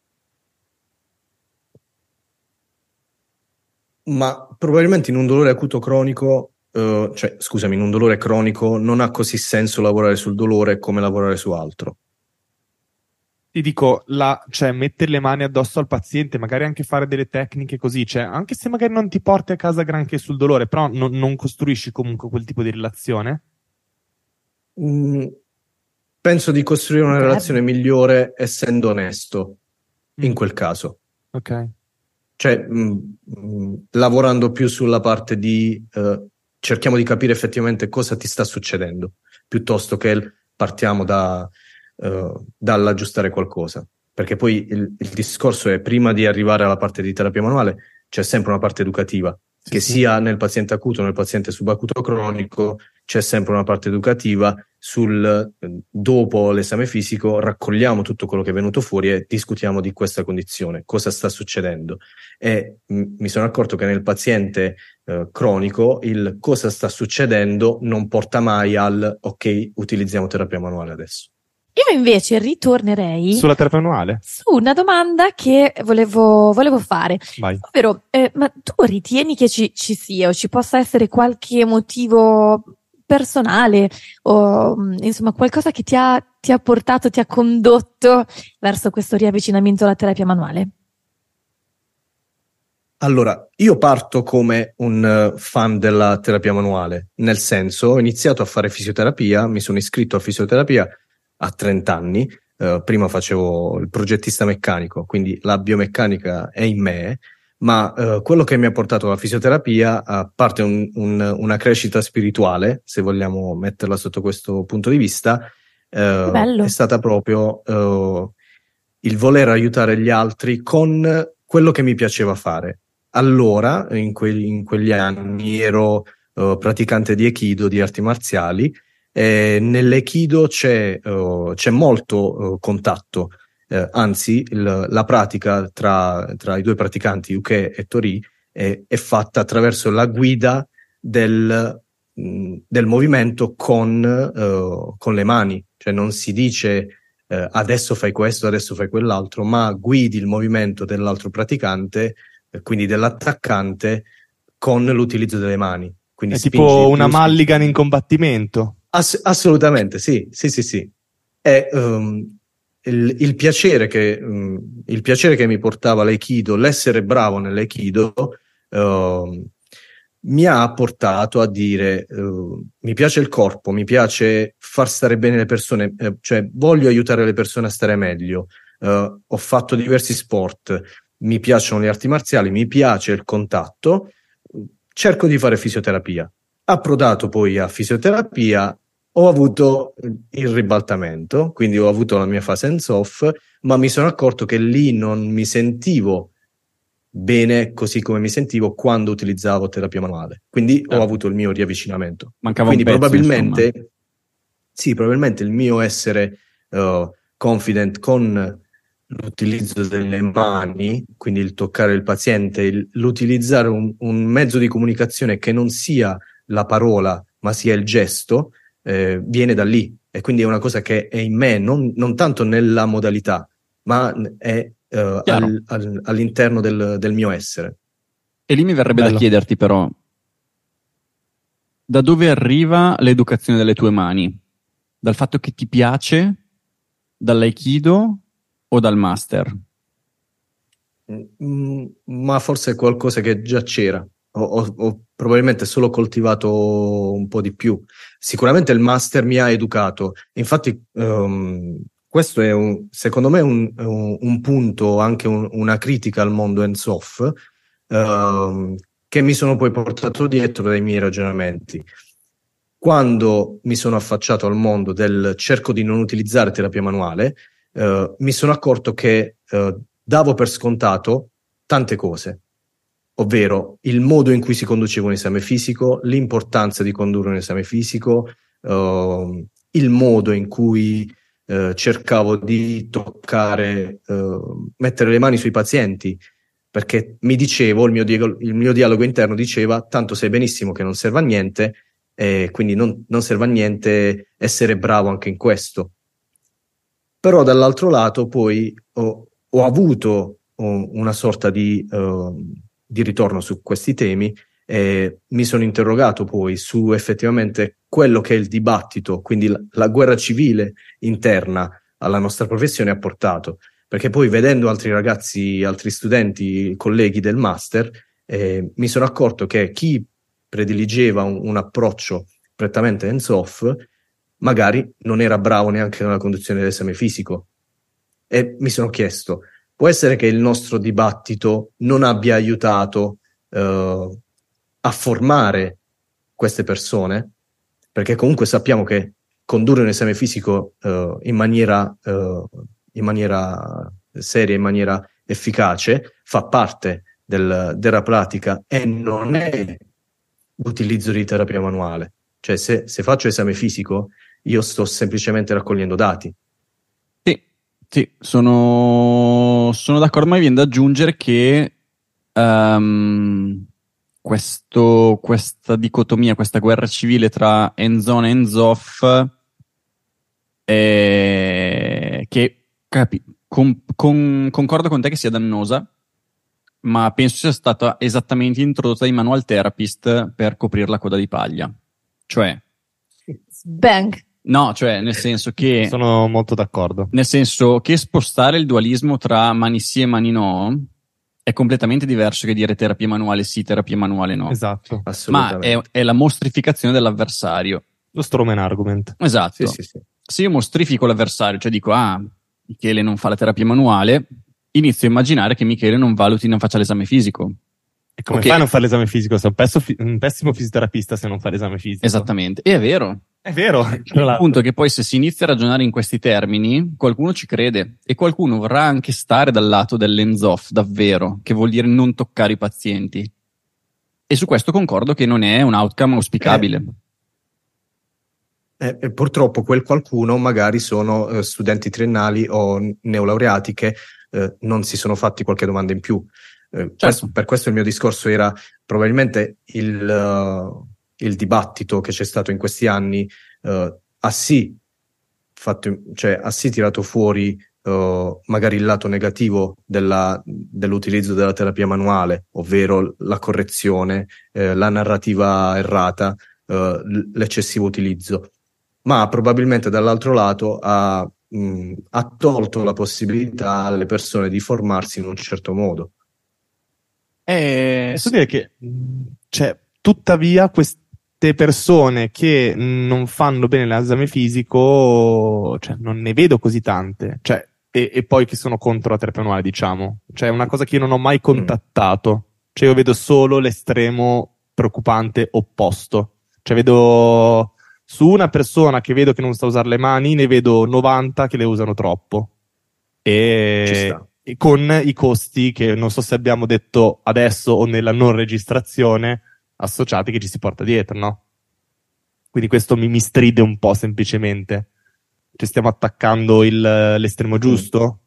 Ma probabilmente in un dolore acuto cronico, eh, cioè scusami, in un dolore cronico non ha così senso lavorare sul dolore come lavorare su altro. Ti dico, la, cioè, mettere le mani addosso al paziente, magari anche fare delle tecniche così, cioè, anche se magari non ti porti a casa granché sul dolore, però non, non costruisci comunque quel tipo di relazione. Mm, penso di costruire una Potrebbe. relazione migliore essendo onesto in Mm, quel caso. ok. Cioè, mh, mh, lavorando più sulla parte di eh, cerchiamo di capire effettivamente cosa ti sta succedendo, piuttosto che il- partiamo da, eh, dall'aggiustare qualcosa. Perché poi il, il discorso è, prima di arrivare alla parte di terapia manuale, c'è sempre una parte educativa, Sì, che sì. sia nel paziente acuto o nel paziente subacuto cronico, c'è sempre una parte educativa sul eh, dopo l'esame fisico raccogliamo tutto quello che è venuto fuori e discutiamo di questa condizione, cosa sta succedendo. E mh, mi sono accorto che nel paziente eh, cronico il cosa sta succedendo non porta mai al ok, utilizziamo terapia manuale adesso. Io invece ritornerei Sulla terapia manuale? su una domanda che volevo, volevo fare, Vai. ovvero, eh, ma tu ritieni che ci, ci sia o ci possa essere qualche motivo personale o mh, insomma qualcosa che ti ha, ti ha portato, ti ha condotto verso questo riavvicinamento alla terapia manuale? Allora, io parto come un eh, fan della terapia manuale, nel senso, ho iniziato a fare fisioterapia, mi sono iscritto a fisioterapia a trenta anni, eh, prima facevo il progettista meccanico, quindi la biomeccanica è in me, ma eh, quello che mi ha portato alla fisioterapia, a parte un, un, una crescita spirituale, se vogliamo metterla sotto questo punto di vista, eh, Bello. è stata proprio eh, il voler aiutare gli altri con quello che mi piaceva fare. Allora, in, que- in quegli anni, ero uh, praticante di Aikido, di arti marziali, e nell'Aikido c'è, uh, c'è molto uh, contatto, uh, anzi il, la pratica tra, tra i due praticanti, Uke e Tori, è, è fatta attraverso la guida del, mh, del movimento con, uh, con le mani, cioè non si dice uh, adesso fai questo, adesso fai quell'altro, ma guidi il movimento dell'altro praticante, quindi dell'attaccante, con l'utilizzo delle mani. Quindi È spingi tipo di una più, spingi mulligan di in più. combattimento. Ass- assolutamente, sì, sì, sì, sì. È um, il, il piacere che um, il piacere che mi portava l'Aikido, l'essere bravo nell'Aikido, um, mi ha portato a dire uh, mi piace il corpo, mi piace far stare bene le persone, eh, cioè voglio aiutare le persone a stare meglio. Uh, ho fatto diversi sport, mi piacciono le arti marziali, mi piace il contatto, cerco di fare fisioterapia. Approdato poi a fisioterapia, ho avuto il ribaltamento, quindi ho avuto la mia fase hands-off, ma mi sono accorto che lì non mi sentivo bene così come mi sentivo quando utilizzavo terapia manuale. Quindi Certo. ho avuto il mio riavvicinamento. Mancava Quindi un pezzo, probabilmente, insomma. sì, probabilmente il mio essere uh, confident con l'utilizzo delle mani, quindi il toccare il paziente, il, l'utilizzare un, un mezzo di comunicazione che non sia la parola, ma sia il gesto, eh, viene da lì. E quindi è una cosa che è in me, non, non tanto nella modalità, ma è eh, al, al, all'interno del, del mio essere. E lì mi verrebbe Bello. da chiederti però, da dove arriva l'educazione delle tue mani? Dal fatto che ti piace? Dall'aikido o dal master? Mm, ma forse è qualcosa che già c'era. Ho, ho, ho probabilmente solo coltivato un po' di più. Sicuramente il master mi ha educato. Infatti, um, questo è un, secondo me un, un, un punto, anche un, una critica al mondo hands-off, um, che mi sono poi portato dietro dai miei ragionamenti. Quando mi sono affacciato al mondo del cerco di non utilizzare terapia manuale, uh, mi sono accorto che uh, davo per scontato tante cose, ovvero il modo in cui si conduceva un esame fisico, l'importanza di condurre un esame fisico, uh, il modo in cui uh, cercavo di toccare, uh, mettere le mani sui pazienti, perché mi dicevo, il mio, dialogo, il mio dialogo interno diceva, tanto sai benissimo che non serve a niente, e quindi non, non serve a niente essere bravo anche in questo. Però dall'altro lato poi ho, ho avuto una sorta di, uh, di ritorno su questi temi e mi sono interrogato poi su effettivamente quello che il dibattito, quindi la, la guerra civile interna alla nostra professione ha portato, perché poi vedendo altri ragazzi, altri studenti, colleghi del master, eh, mi sono accorto che chi prediligeva un, un approccio prettamente hands-off magari non era bravo neanche nella conduzione dell'esame fisico, e mi sono chiesto, può essere che il nostro dibattito non abbia aiutato uh, a formare queste persone? Perché comunque sappiamo che condurre un esame fisico uh, in maniera, uh, in maniera seria, in maniera efficace, fa parte del, della pratica e non è l'utilizzo di terapia manuale. Cioè se, se faccio esame fisico, io sto semplicemente raccogliendo dati. Sì, sì, sono, sono d'accordo, ma mi viene da aggiungere che um, questo, questa dicotomia, questa guerra civile tra hands-on e hands-off eh, che capi- con- con- concordo con te che sia dannosa, ma penso sia stata esattamente introdotta dai manual therapist per coprire la coda di paglia. Cioè, Bang. no, cioè nel senso che Sono molto d'accordo. nel senso che spostare il dualismo tra mani sì e mani no è completamente diverso che dire terapia manuale sì, terapia manuale no. Esatto. Ma è, Assolutamente. è la mostrificazione dell'avversario. Lo Stroman argument. Esatto. Sì, sì, sì. Se io mostrifico l'avversario, cioè dico, ah, Michele non fa la terapia manuale, inizio a immaginare che Michele non valuti, non faccia l'esame fisico. E come Ok. fai a non fare l'esame fisico? Sei un, pesso fi- un pessimo fisioterapista se non fai l'esame fisico. Esattamente. E è vero. È vero. tra Il l'altro. punto è che poi se si inizia a ragionare in questi termini, qualcuno ci crede e qualcuno vorrà anche stare dal lato dell'hands-off, davvero, che vuol dire non toccare i pazienti. E su questo concordo che non è un outcome auspicabile. Eh, e purtroppo quel qualcuno magari sono eh, studenti triennali o neolaureati che eh, non si sono fatti qualche domanda in più. Eh, questo- per questo il mio discorso era probabilmente il, uh, il dibattito che c'è stato in questi anni uh, ha sì fatto, cioè ha sì tirato fuori uh, magari il lato negativo della- dell'utilizzo della terapia manuale, ovvero la correzione, eh, la narrativa errata, uh, l- l'eccessivo utilizzo, ma probabilmente dall'altro lato ha, mh, ha tolto la possibilità alle persone di formarsi in un certo modo. Eh, Posso dire che, mh, cioè, tuttavia, queste persone che non fanno bene l'esame fisico, cioè, non ne vedo così tante. Cioè, e, e poi che sono contro la terapia manuale, diciamo. Cioè, è una cosa che io non ho mai contattato. Cioè, io vedo solo l'estremo preoccupante opposto. Cioè, vedo su una persona che vedo che non sa usare le mani, ne vedo novanta che le usano troppo. Ci E, sta. e con i costi che non so se abbiamo detto adesso o nella non registrazione associati che ci si porta dietro, no? Quindi questo mi, mi stride un po' semplicemente. Ci stiamo attaccando il- l'estremo giusto?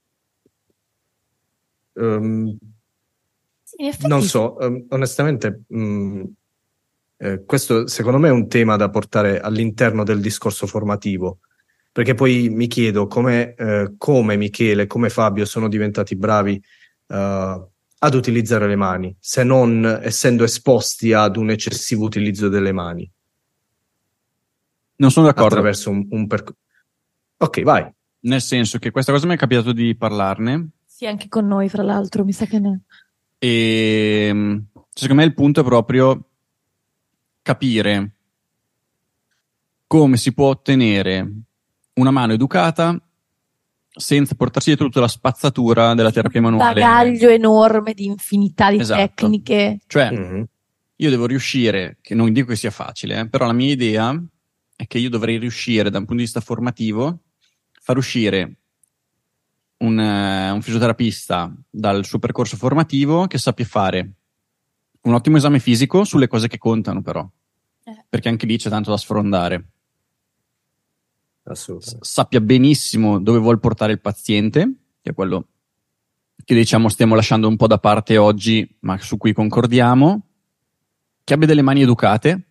Um, Sì, in effetti non so, um, onestamente, mh, eh, questo secondo me è un tema da portare all'interno del discorso formativo, perché poi mi chiedo come, eh, come Michele, come Fabio sono diventati bravi eh, ad utilizzare le mani, se non essendo esposti ad un eccessivo utilizzo delle mani non sono d'accordo. attraverso un, un percorso. Ok, vai. Nel senso che questa cosa mi è capitato di parlarne sì, anche con noi, fra l'altro, mi sa che ne... e mh, secondo me il punto è proprio capire come si può ottenere una mano educata senza portarsi dietro tutta la spazzatura della terapia manuale. Bagaglio enorme di infinità di Esatto. tecniche. Cioè, Mhm. io devo riuscire, che non dico che sia facile, eh, però la mia idea è che io dovrei riuscire da un punto di vista formativo far uscire un, eh, un fisioterapista dal suo percorso formativo che sappia fare un ottimo esame fisico sulle cose che contano però, Eh. perché anche lì c'è tanto da sfrondare. Assolutamente. Sappia benissimo dove vuol portare il paziente, che è quello che diciamo stiamo lasciando un po' da parte oggi, ma su cui concordiamo, che abbia delle mani educate,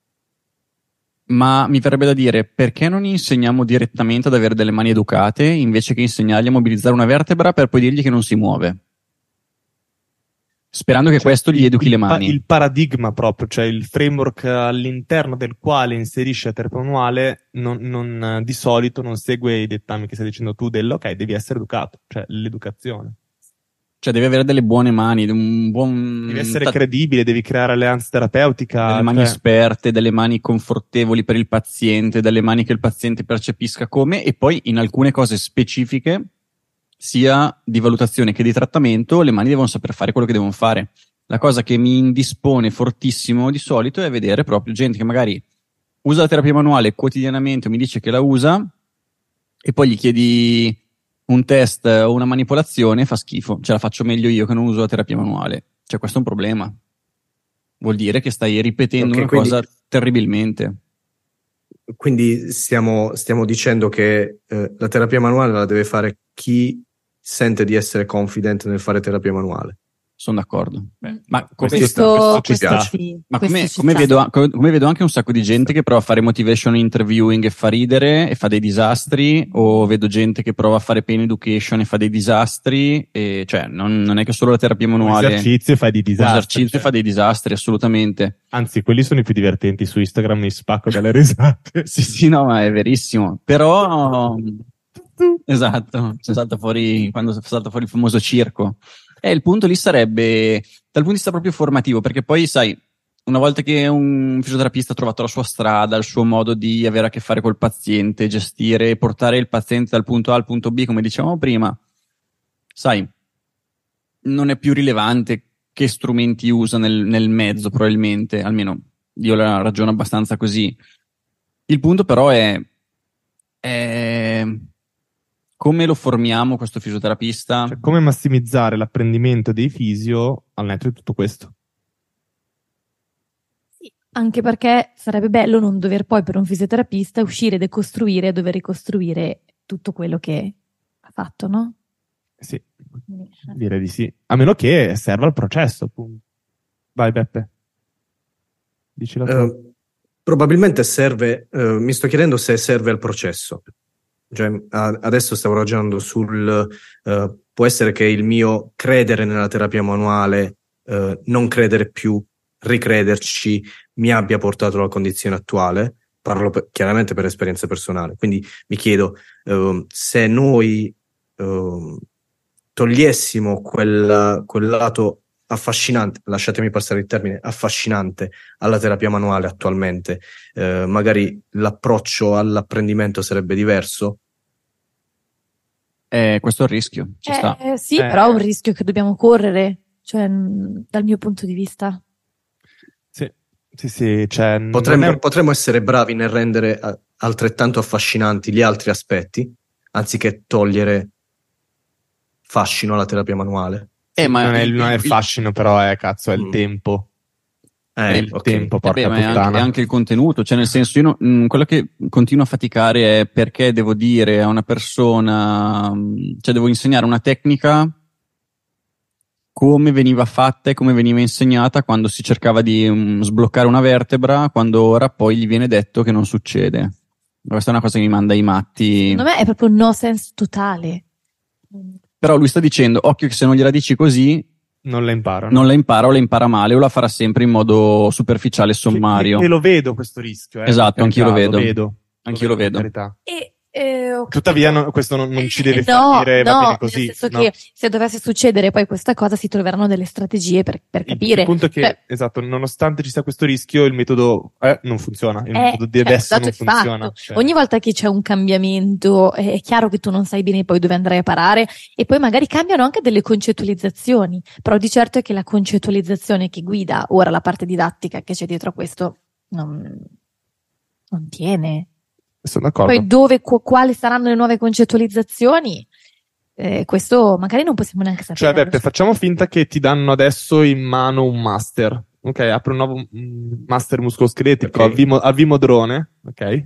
ma mi verrebbe da dire perché non insegniamo direttamente ad avere delle mani educate invece che insegnargli a mobilizzare una vertebra per poi dirgli che non si muove, sperando che Cioè, questo gli il- educhi il le pa- mani. il paradigma proprio, cioè il framework all'interno del quale inserisce la terapia manuale non, non, eh, di solito non segue i dettami che stai dicendo tu del ok, devi essere educato, cioè l'educazione. Cioè deve avere delle buone mani, un buon Devi essere ta- credibile, devi creare alleanze terapeutica. delle mani cioè- esperte, delle mani confortevoli per il paziente, delle mani che il paziente percepisca come, e poi in alcune cose specifiche, sia di valutazione che di trattamento, le mani devono saper fare quello che devono fare. La cosa che mi indispone fortissimo di solito è vedere proprio gente che magari usa la terapia manuale quotidianamente o mi dice che la usa e poi gli chiedi un test o una manipolazione, fa schifo, ce la faccio meglio io che non uso la terapia manuale. Cioè questo è un problema. Vuol dire che stai ripetendo Ok, una quindi- cosa terribilmente. Quindi stiamo, stiamo dicendo che eh, la terapia manuale la deve fare chi sente di essere confident nel fare terapia manuale. Sono d'accordo. Beh, ma come, questo, questo ci questo sta. sì, ma questo come, ci come sta. vedo, come vedo anche un sacco di gente che prova a fare motivation interviewing e fa ridere e fa dei disastri, o vedo gente che prova a fare pain education e fa dei disastri, e cioè non, non è che solo la terapia Un manuale, esercizio fai di un disastro. esercizio cioè. fa dei disastri, assolutamente. Anzi, quelli sono i più divertenti. Su Instagram mi spacco dalle risate. Sì, sì, no, ma è verissimo. Però, esatto, c'è salta fuori, quando è salta fuori il famoso circo. E il punto lì sarebbe, dal punto di vista proprio formativo, perché poi, sai, una volta che un fisioterapista ha trovato la sua strada, il suo modo di avere a che fare col paziente, gestire e portare il paziente dal punto A al punto B, come dicevamo prima, sai, non è più rilevante che strumenti usa nel, nel mezzo, probabilmente, almeno io la ragiono abbastanza così. Il punto però è, è come lo formiamo questo fisioterapista? Cioè, come massimizzare l'apprendimento dei fisio al netto di tutto questo. Sì, anche perché sarebbe bello non dover poi per un fisioterapista uscire, decostruire e dover ricostruire tutto quello che ha fatto, no? Sì, direi di sì. A meno che serva al processo, appunto. Vai, Beppe. Dici la tua. Eh, probabilmente serve, eh, mi sto chiedendo se serve al processo. Cioè, a- adesso stavo ragionando sul eh, può essere che il mio credere nella terapia manuale, eh, non credere più, ricrederci, mi abbia portato alla condizione attuale. Parlo per- chiaramente per esperienza personale. Quindi mi chiedo eh, se noi eh, togliessimo quel, quel lato affascinante, lasciatemi passare il termine, affascinante alla terapia manuale attualmente, eh, magari l'approccio all'apprendimento sarebbe diverso. Eh, questo è il rischio, ci sta. Eh, sì, Eh. però è un rischio che dobbiamo correre, cioè mh, dal mio punto di vista. Sì, sì, sì. Cioè, non Potremmo, è- potremmo essere bravi nel rendere eh, altrettanto affascinanti gli altri aspetti, anziché togliere fascino alla terapia manuale. Eh, sì, ma non, è, il- il- non è il il- fascino, però è cazzo, è il Mm. tempo. Eh, È il ok. tempo, Eh porca beh, ma è anche, puttana. è anche il contenuto, cioè nel senso io no- mh, quello che continuo a faticare è perché devo dire a una persona, mh, cioè devo insegnare una tecnica come veniva fatta e come veniva insegnata quando si cercava di mh, sbloccare una vertebra, quando ora poi gli viene detto che non succede. Questa è una cosa che mi manda ai matti. Secondo me è proprio un no sense totale. Però lui sta dicendo, occhio che se non gliela dici così Non la imparano. non la impara o la impara male o la farà sempre in modo superficiale e Che- sommario. che- E lo vedo questo rischio. Eh, Esatto, per anch'io lo carità, vedo. Anch'io lo per vedo. carità. E, eh, ho Tuttavia capito. no- questo non, non ci deve Eh, far no, dire va no, bene così. nel senso no? che se dovesse succedere poi questa cosa si troveranno delle strategie per, per Il, capire. il punto è che, Cioè, esatto, nonostante ci sia questo rischio, il metodo eh, non funziona. Il eh, metodo di cioè, adesso dato non il fatto, funziona. Cioè, ogni volta che c'è un cambiamento è è chiaro che tu non sai bene poi dove andrai a parare e poi magari cambiano anche delle concettualizzazioni, però di certo è che la concettualizzazione che guida ora la parte didattica che c'è dietro a questo non, non tiene. sono d'accordo. Poi dove, qu- quali saranno le nuove concettualizzazioni? Eh, questo magari non possiamo neanche Cioè, sapere. Beppe, facciamo finta che ti danno adesso in mano un master. Ok, apri un nuovo mm, master muscoloscheletico Ok. a, Vimo- a Vimodrone. Ok.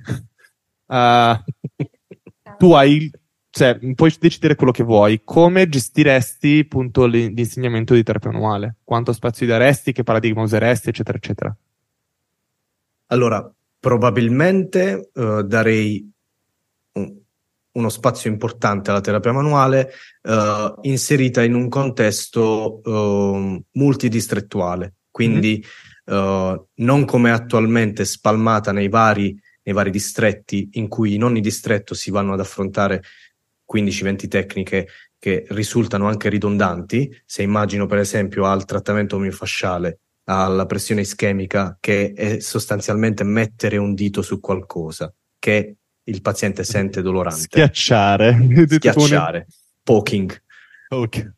Uh, tu hai, cioè, puoi decidere quello che vuoi. Come gestiresti appunto l- l'insegnamento di terapia manuale? Quanto spazio daresti? Che paradigma useresti? Eccetera, eccetera. Allora, probabilmente eh, darei un- uno spazio importante alla terapia manuale eh, inserita in un contesto eh, multidistrettuale, quindi eh, non come attualmente spalmata nei vari, nei vari distretti in cui in ogni distretto si vanno ad affrontare quindici venti tecniche che risultano anche ridondanti. Se immagino per esempio al trattamento miofasciale, alla pressione ischemica, che è sostanzialmente mettere un dito su qualcosa che il paziente sente dolorante. Schiacciare. Detto come- Schiacciare. Poking. Ok.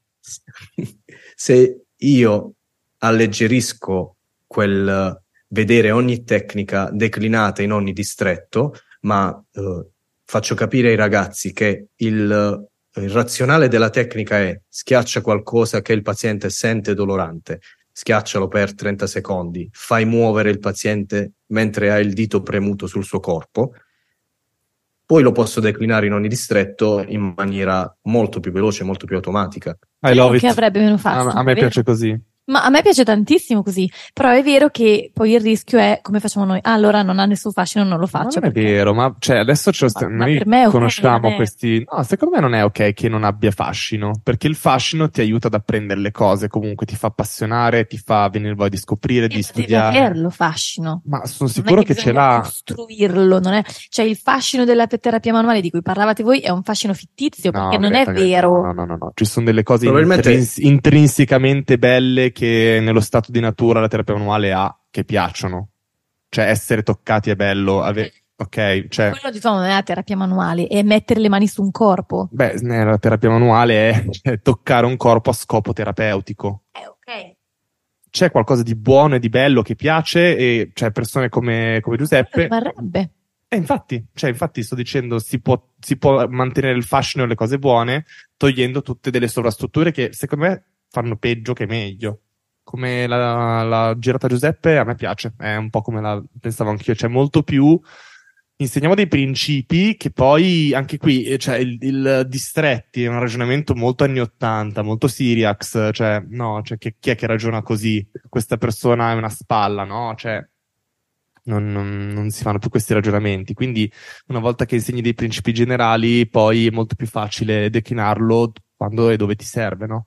Se io alleggerisco quel vedere ogni tecnica declinata in ogni distretto, ma eh, faccio capire ai ragazzi che il, il razionale della tecnica è schiaccia qualcosa che il paziente sente dolorante, schiaccialo per trenta secondi, fai muovere il paziente mentre ha il dito premuto sul suo corpo, poi lo posso declinare in ogni distretto in maniera molto più veloce, molto più automatica. I love Che it. avrebbe meno A, fastidio. a me è vero. piace così. Ma a me piace tantissimo così, però è vero che poi il rischio è come facciamo noi. Ah, allora non ha nessun fascino, non lo Ma faccio. non è perché- vero, ma cioè adesso ce lo Ma- st- ma noi per me è ok, conosciamo non è- questi. No, secondo me non è ok che non abbia fascino, perché il fascino ti aiuta ad apprendere le cose, comunque ti fa appassionare, ti fa venire voglia di scoprire, Eh, di ma devi studiare. averlo fascino. Ma sono Non è sicuro che, ce bisogna l'ha. costruirlo, non è... Cioè il fascino della terapia manuale di cui parlavate voi è un fascino fittizio, No, perché non è Greta, vero. No, no, no, no. Ci sono delle cose Probabilmente- intrins- intrinsecamente belle che nello stato di natura la terapia manuale ha, che piacciono. Cioè essere toccati è bello, ave- ok? Cioè, Quello diciamo non è la terapia manuale, è mettere le mani su un corpo. beh, la terapia manuale è è toccare un corpo a scopo terapeutico. Eh, ok. C'è qualcosa di buono e di bello che piace e c'è persone come, come Giuseppe. Varrebbe. E infatti, cioè, infatti sto dicendo, si può, si può mantenere il fascino e le cose buone togliendo tutte delle sovrastrutture che secondo me fanno peggio che meglio. Come la, la girata Giuseppe a me piace, è un po' come la pensavo anch'io, cioè molto più insegniamo dei principi che poi anche qui, eh, cioè il, il distretti è un ragionamento molto anni ottanta, molto Siriax, cioè no, cioè che, chi è che ragiona così? Questa persona è una spalla, no? Cioè non, non, non si fanno più questi ragionamenti, quindi una volta che insegni dei principi generali poi è molto più facile declinarlo quando e dove ti serve, no?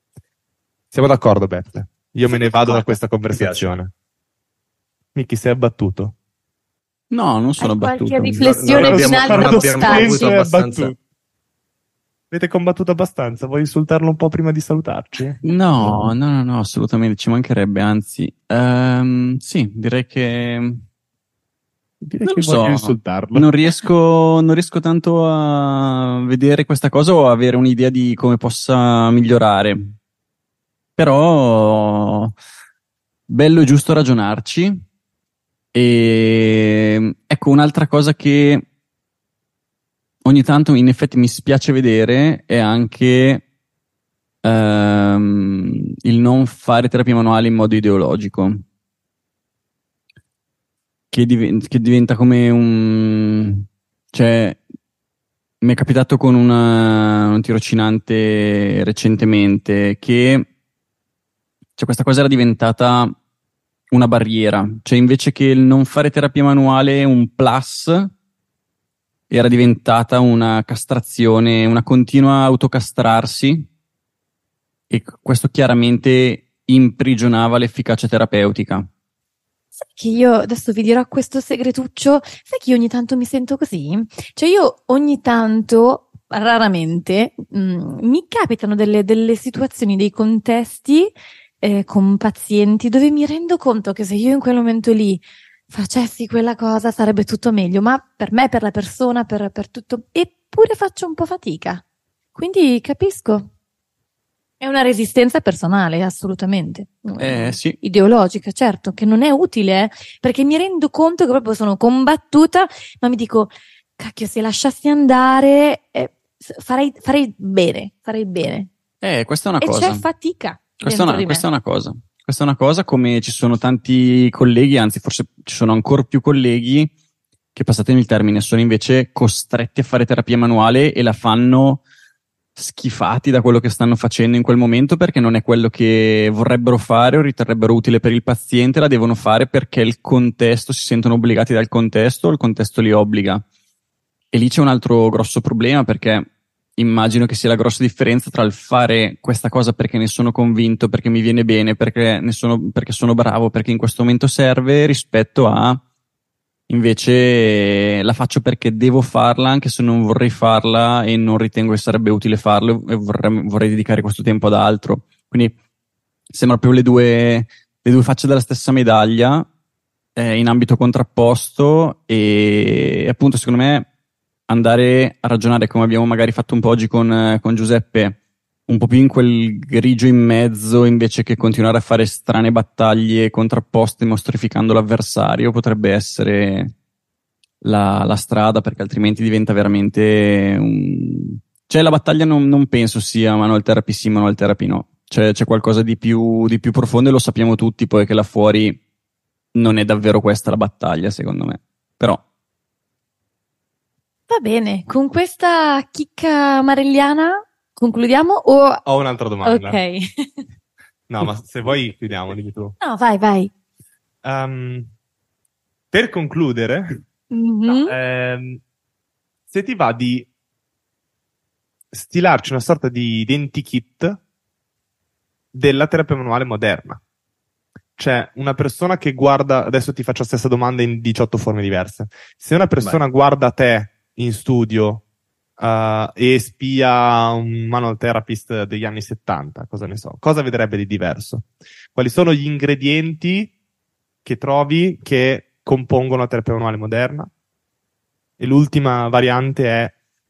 Siamo d'accordo, Beppe? Io me ne vado da questa conversazione. Miki, sei abbattuto? No, non sono Hai qualche battuto. riflessione Non abbiamo- finale non da abbiamo postarci? avuto abbastanza. Avete combattuto abbastanza? Vuoi insultarlo un po' prima di salutarci? No, no, no, no, assolutamente, ci mancherebbe, anzi, ehm, sì, direi che Direi non che lo so, voglio insultarlo. non riesco, non riesco tanto a vedere questa cosa o avere un'idea di come possa migliorare. Però bello e giusto ragionarci. E ecco, un'altra cosa che ogni tanto in effetti mi spiace vedere è anche ehm, il non fare terapia manuale in modo ideologico. Che, div- che diventa come un... Cioè, mi è capitato con una, un tirocinante recentemente che cioè, questa cosa era diventata una barriera. Cioè, invece che il non fare terapia manuale un plus, era diventata una castrazione, una continua autocastrarsi, e questo chiaramente imprigionava l'efficacia terapeutica. Sai che io adesso vi dirò questo segretuccio, sai che io ogni tanto mi sento così? Cioè io ogni tanto, raramente, mh, mi capitano delle, delle situazioni, dei contesti eh, con pazienti dove mi rendo conto che se io in quel momento lì facessi quella cosa sarebbe tutto meglio, ma per me, per la persona, per, per tutto, eppure faccio un po' fatica. Quindi capisco. È una resistenza personale, assolutamente. Eh, sì. Ideologica, certo, che non è utile, eh, perché mi rendo conto che proprio sono combattuta, ma mi dico, cacchio, se lasciassi andare, eh, farei, farei bene, farei bene. Eh, questa è una E cosa. c'è fatica. Questa è, dentro una, di me. questa è una cosa. Questa è una cosa, come ci sono tanti colleghi, anzi forse ci sono ancora più colleghi che, passatemi il termine, sono invece costretti a fare terapia manuale e la fanno schifati da quello che stanno facendo in quel momento, perché non è quello che vorrebbero fare o riterrebbero utile per il paziente, la devono fare perché il contesto, si sentono obbligati dal contesto o il contesto li obbliga. E lì c'è un altro grosso problema, perché immagino che sia la grossa differenza tra il fare questa cosa perché ne sono convinto, perché mi viene bene, perché ne sono, perché sono bravo, perché in questo momento serve, rispetto a invece la faccio perché devo farla, anche se non vorrei farla e non ritengo che sarebbe utile farlo e vorrei, vorrei dedicare questo tempo ad altro. Quindi sembra proprio le due, le due facce della stessa medaglia, eh, in ambito contrapposto, e appunto secondo me andare a ragionare, come abbiamo magari fatto un po' oggi con, con Giuseppe, un po' più in quel grigio in mezzo, invece che continuare a fare strane battaglie contrapposte mostrificando l'avversario, potrebbe essere la, la strada, perché altrimenti diventa veramente un... Cioè la battaglia non, non penso sia manual therapy sì, manual therapy no. Cioè, c'è qualcosa di più, di più profondo, e lo sappiamo tutti poi che là fuori non è davvero questa la battaglia, secondo me. Però Va bene, con questa chicca marelliana concludiamo o... Ho un'altra domanda. Ok. No, ma se vuoi chiudiamo, dimmi tu. No, vai, vai. Um, per concludere, Mhm. no, ehm, se ti va di stilarci una sorta di identikit della terapia manuale moderna. Cioè, una persona che guarda, adesso ti faccio la stessa domanda in diciotto forme diverse. Se una persona Vai. guarda te in studio uh, e spia un manual therapist degli anni settanta, cosa ne so, cosa vedrebbe di diverso? Quali sono gli ingredienti che trovi che compongono la terapia manuale moderna? E l'ultima variante è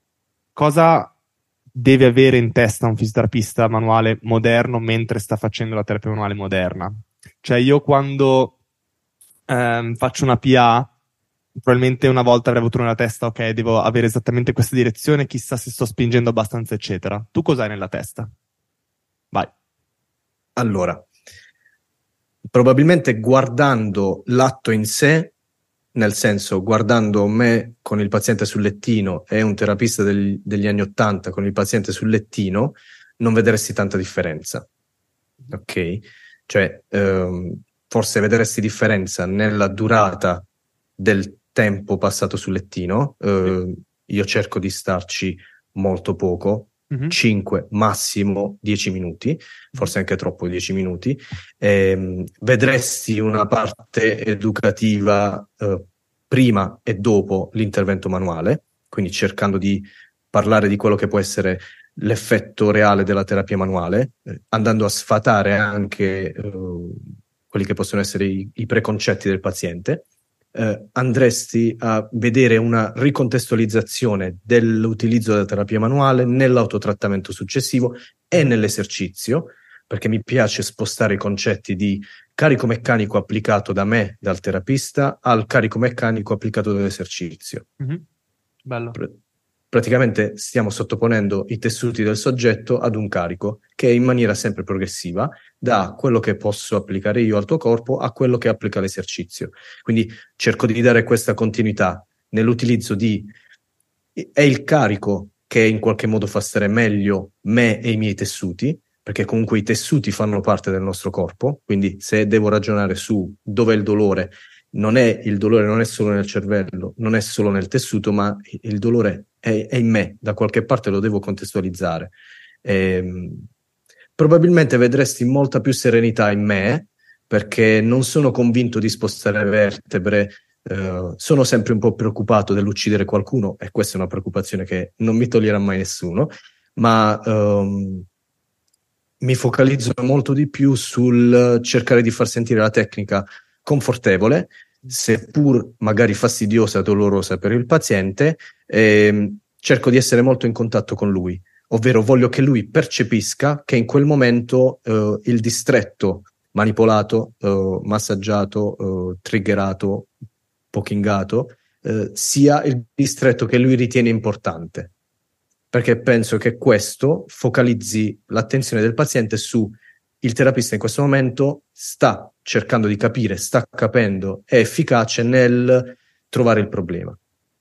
cosa deve avere in testa un fisioterapista manuale moderno mentre sta facendo la terapia manuale moderna? Cioè io quando ehm, faccio una P A probabilmente una volta avrei avuto nella testa ok, devo avere esattamente questa direzione, chissà se sto spingendo abbastanza eccetera. Tu cos'hai nella testa? Vai. Allora, probabilmente guardando l'atto in sé, nel senso guardando me con il paziente sul lettino e un terapista del, degli anni ottanta con il paziente sul lettino, non vedresti tanta differenza. Ok? Cioè, ehm, forse vedresti differenza nella durata del tempo passato sul lettino. Eh, io cerco di starci molto poco, Mm-hmm. cinque, massimo dieci minuti, forse anche troppo dieci minuti. Eh, vedresti una parte educativa eh, prima e dopo l'intervento manuale, quindi cercando di parlare di quello che può essere l'effetto reale della terapia manuale, eh, andando a sfatare anche eh, quelli che possono essere i, i preconcetti del paziente. Eh, andresti a vedere una ricontestualizzazione dell'utilizzo della terapia manuale nell'autotrattamento successivo e nell'esercizio, perché mi piace spostare i concetti di carico meccanico applicato da me, dal terapista, al carico meccanico applicato dall'esercizio. Mm-hmm. Bello. Pr- praticamente stiamo sottoponendo i tessuti del soggetto ad un carico che in maniera sempre progressiva da quello che posso applicare io al tuo corpo a quello che applica l'esercizio. Quindi cerco di dare questa continuità nell'utilizzo di... è il carico che in qualche modo fa stare meglio me e i miei tessuti, perché comunque i tessuti fanno parte del nostro corpo, quindi se devo ragionare su dove è il dolore, non è il dolore non è solo nel cervello, non è solo nel tessuto, ma il dolore è, è in me, da qualche parte lo devo contestualizzare. Ehm, probabilmente vedresti molta più serenità in me, perché non sono convinto di spostare vertebre, eh, sono sempre un po' preoccupato dell'uccidere qualcuno, e questa è una preoccupazione che non mi toglierà mai nessuno, ma ehm, mi focalizzo molto di più sul cercare di far sentire la tecnica confortevole, seppur magari fastidiosa, dolorosa per il paziente. ehm, cerco di essere molto in contatto con lui, ovvero voglio che lui percepisca che in quel momento eh, il distretto manipolato, eh, massaggiato, eh, triggerato, pochingato, eh, sia il distretto che lui ritiene importante, perché penso che questo focalizzi l'attenzione del paziente su il terapista in questo momento sta cercando di capire, sta capendo, è efficace nel trovare il problema.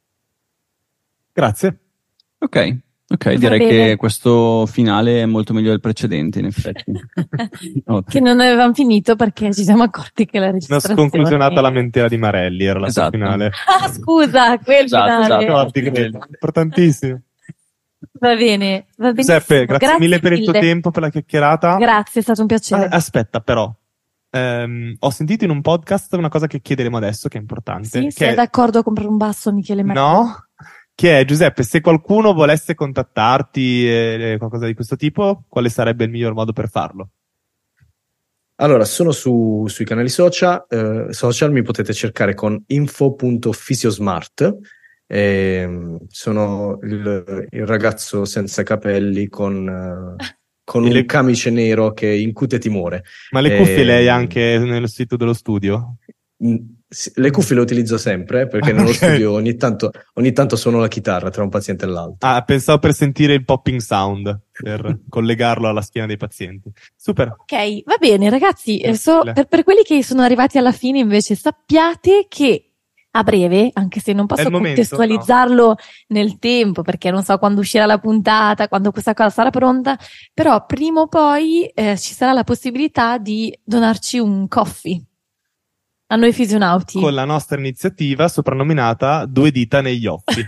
Grazie. Ok, ok, Va direi bene. che questo finale è molto meglio del precedente, in effetti. Ottimo. Che non avevamo finito perché ci siamo accorti che la Una registrazione... sconclusionata lamentela di Marelli era la sua Esatto. finale. Ah, scusa, quel Esatto, finale. esatto. Ricordi che bello, importantissimo. Va bene, va benissimo. Giuseppe, grazie, mille per il tuo mille. tempo, per la chiacchierata. Grazie, è stato un piacere. Ah, aspetta, però. Ehm, ho sentito in un podcast una cosa che chiederemo adesso, che è importante. Sì, che sei è- d'accordo a comprare un basso, Michele Marelli? No? Che è, Giuseppe, se qualcuno volesse contattarti e qualcosa di questo tipo, quale sarebbe il miglior modo per farlo? Allora, sono su, sui canali social, eh, social, mi potete cercare con info punto fisiosmart. Ehm, sono il, il ragazzo senza capelli con, eh, con E un le- camice nero che incute timore. Ma le cuffie Ehm, le hai anche nello sito dello studio? Mm, sì, le cuffie le utilizzo sempre, perché nello Ok. studio ogni tanto, ogni tanto suono la chitarra tra un paziente e l'altro. Ah, pensavo per sentire il popping sound, per collegarlo alla schiena dei pazienti. Super. Ok, va bene, ragazzi. eh, Grazie so- mille. per, per quelli che sono arrivati alla fine, invece, sappiate che a breve, anche se non È posso il momento, contestualizzarlo no. nel tempo, perché non so quando uscirà la puntata, quando questa cosa sarà pronta, però prima o poi eh, ci sarà la possibilità di donarci un coffee a noi fisionauti. Con la nostra iniziativa soprannominata Due dita negli occhi.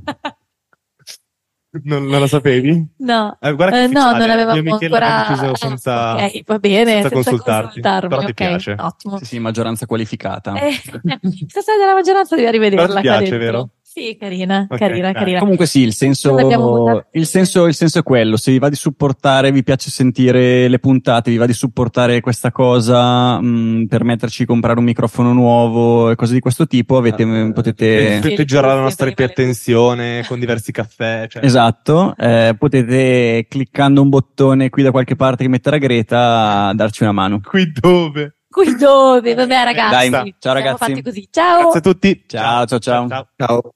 Non, non lo sapevi? No, eh, guarda che eh, no, non avevamo io e Michele ancora l'abbiamo deciso senza, ok, va bene, senza, senza consultarti, consultarmi, però ti ok, piace. Ottimo. Sì, sì, maggioranza qualificata. Eh, stasera della maggioranza devi rivederla. Però ti qua piace, dentro. vero? Sì, carina, Ok, carina, dai. carina. Comunque sì, il senso, il senso, il senso è quello, se vi va di supportare, vi piace sentire le puntate, vi va di supportare questa cosa, mh, per metterci a comprare un microfono nuovo e cose di questo tipo, avete, Ah, potete... Pe- peggiorare la nostra ipertensione con diversi caffè. Cioè. Esatto, eh, potete cliccando un bottone qui da qualche parte che metterà Greta darci una mano. Qui dove? Qui dove? Vabbè ragazzi, Dai, ciao ragazzi. siamo fatti così. Ciao. Grazie a tutti. Ciao, ciao, ciao. ciao. Ciao.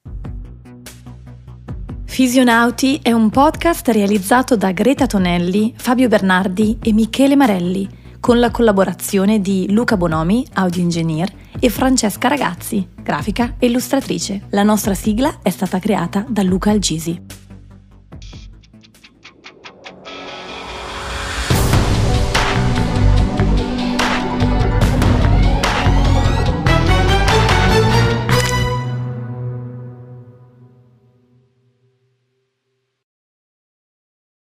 Fisionauti è un podcast realizzato da Greta Tonelli, Fabio Bernardi e Michele Marelli, con la collaborazione di Luca Bonomi, audio engineer, e Francesca Ragazzi, grafica e illustratrice. La nostra sigla è stata creata da Luca Algisi.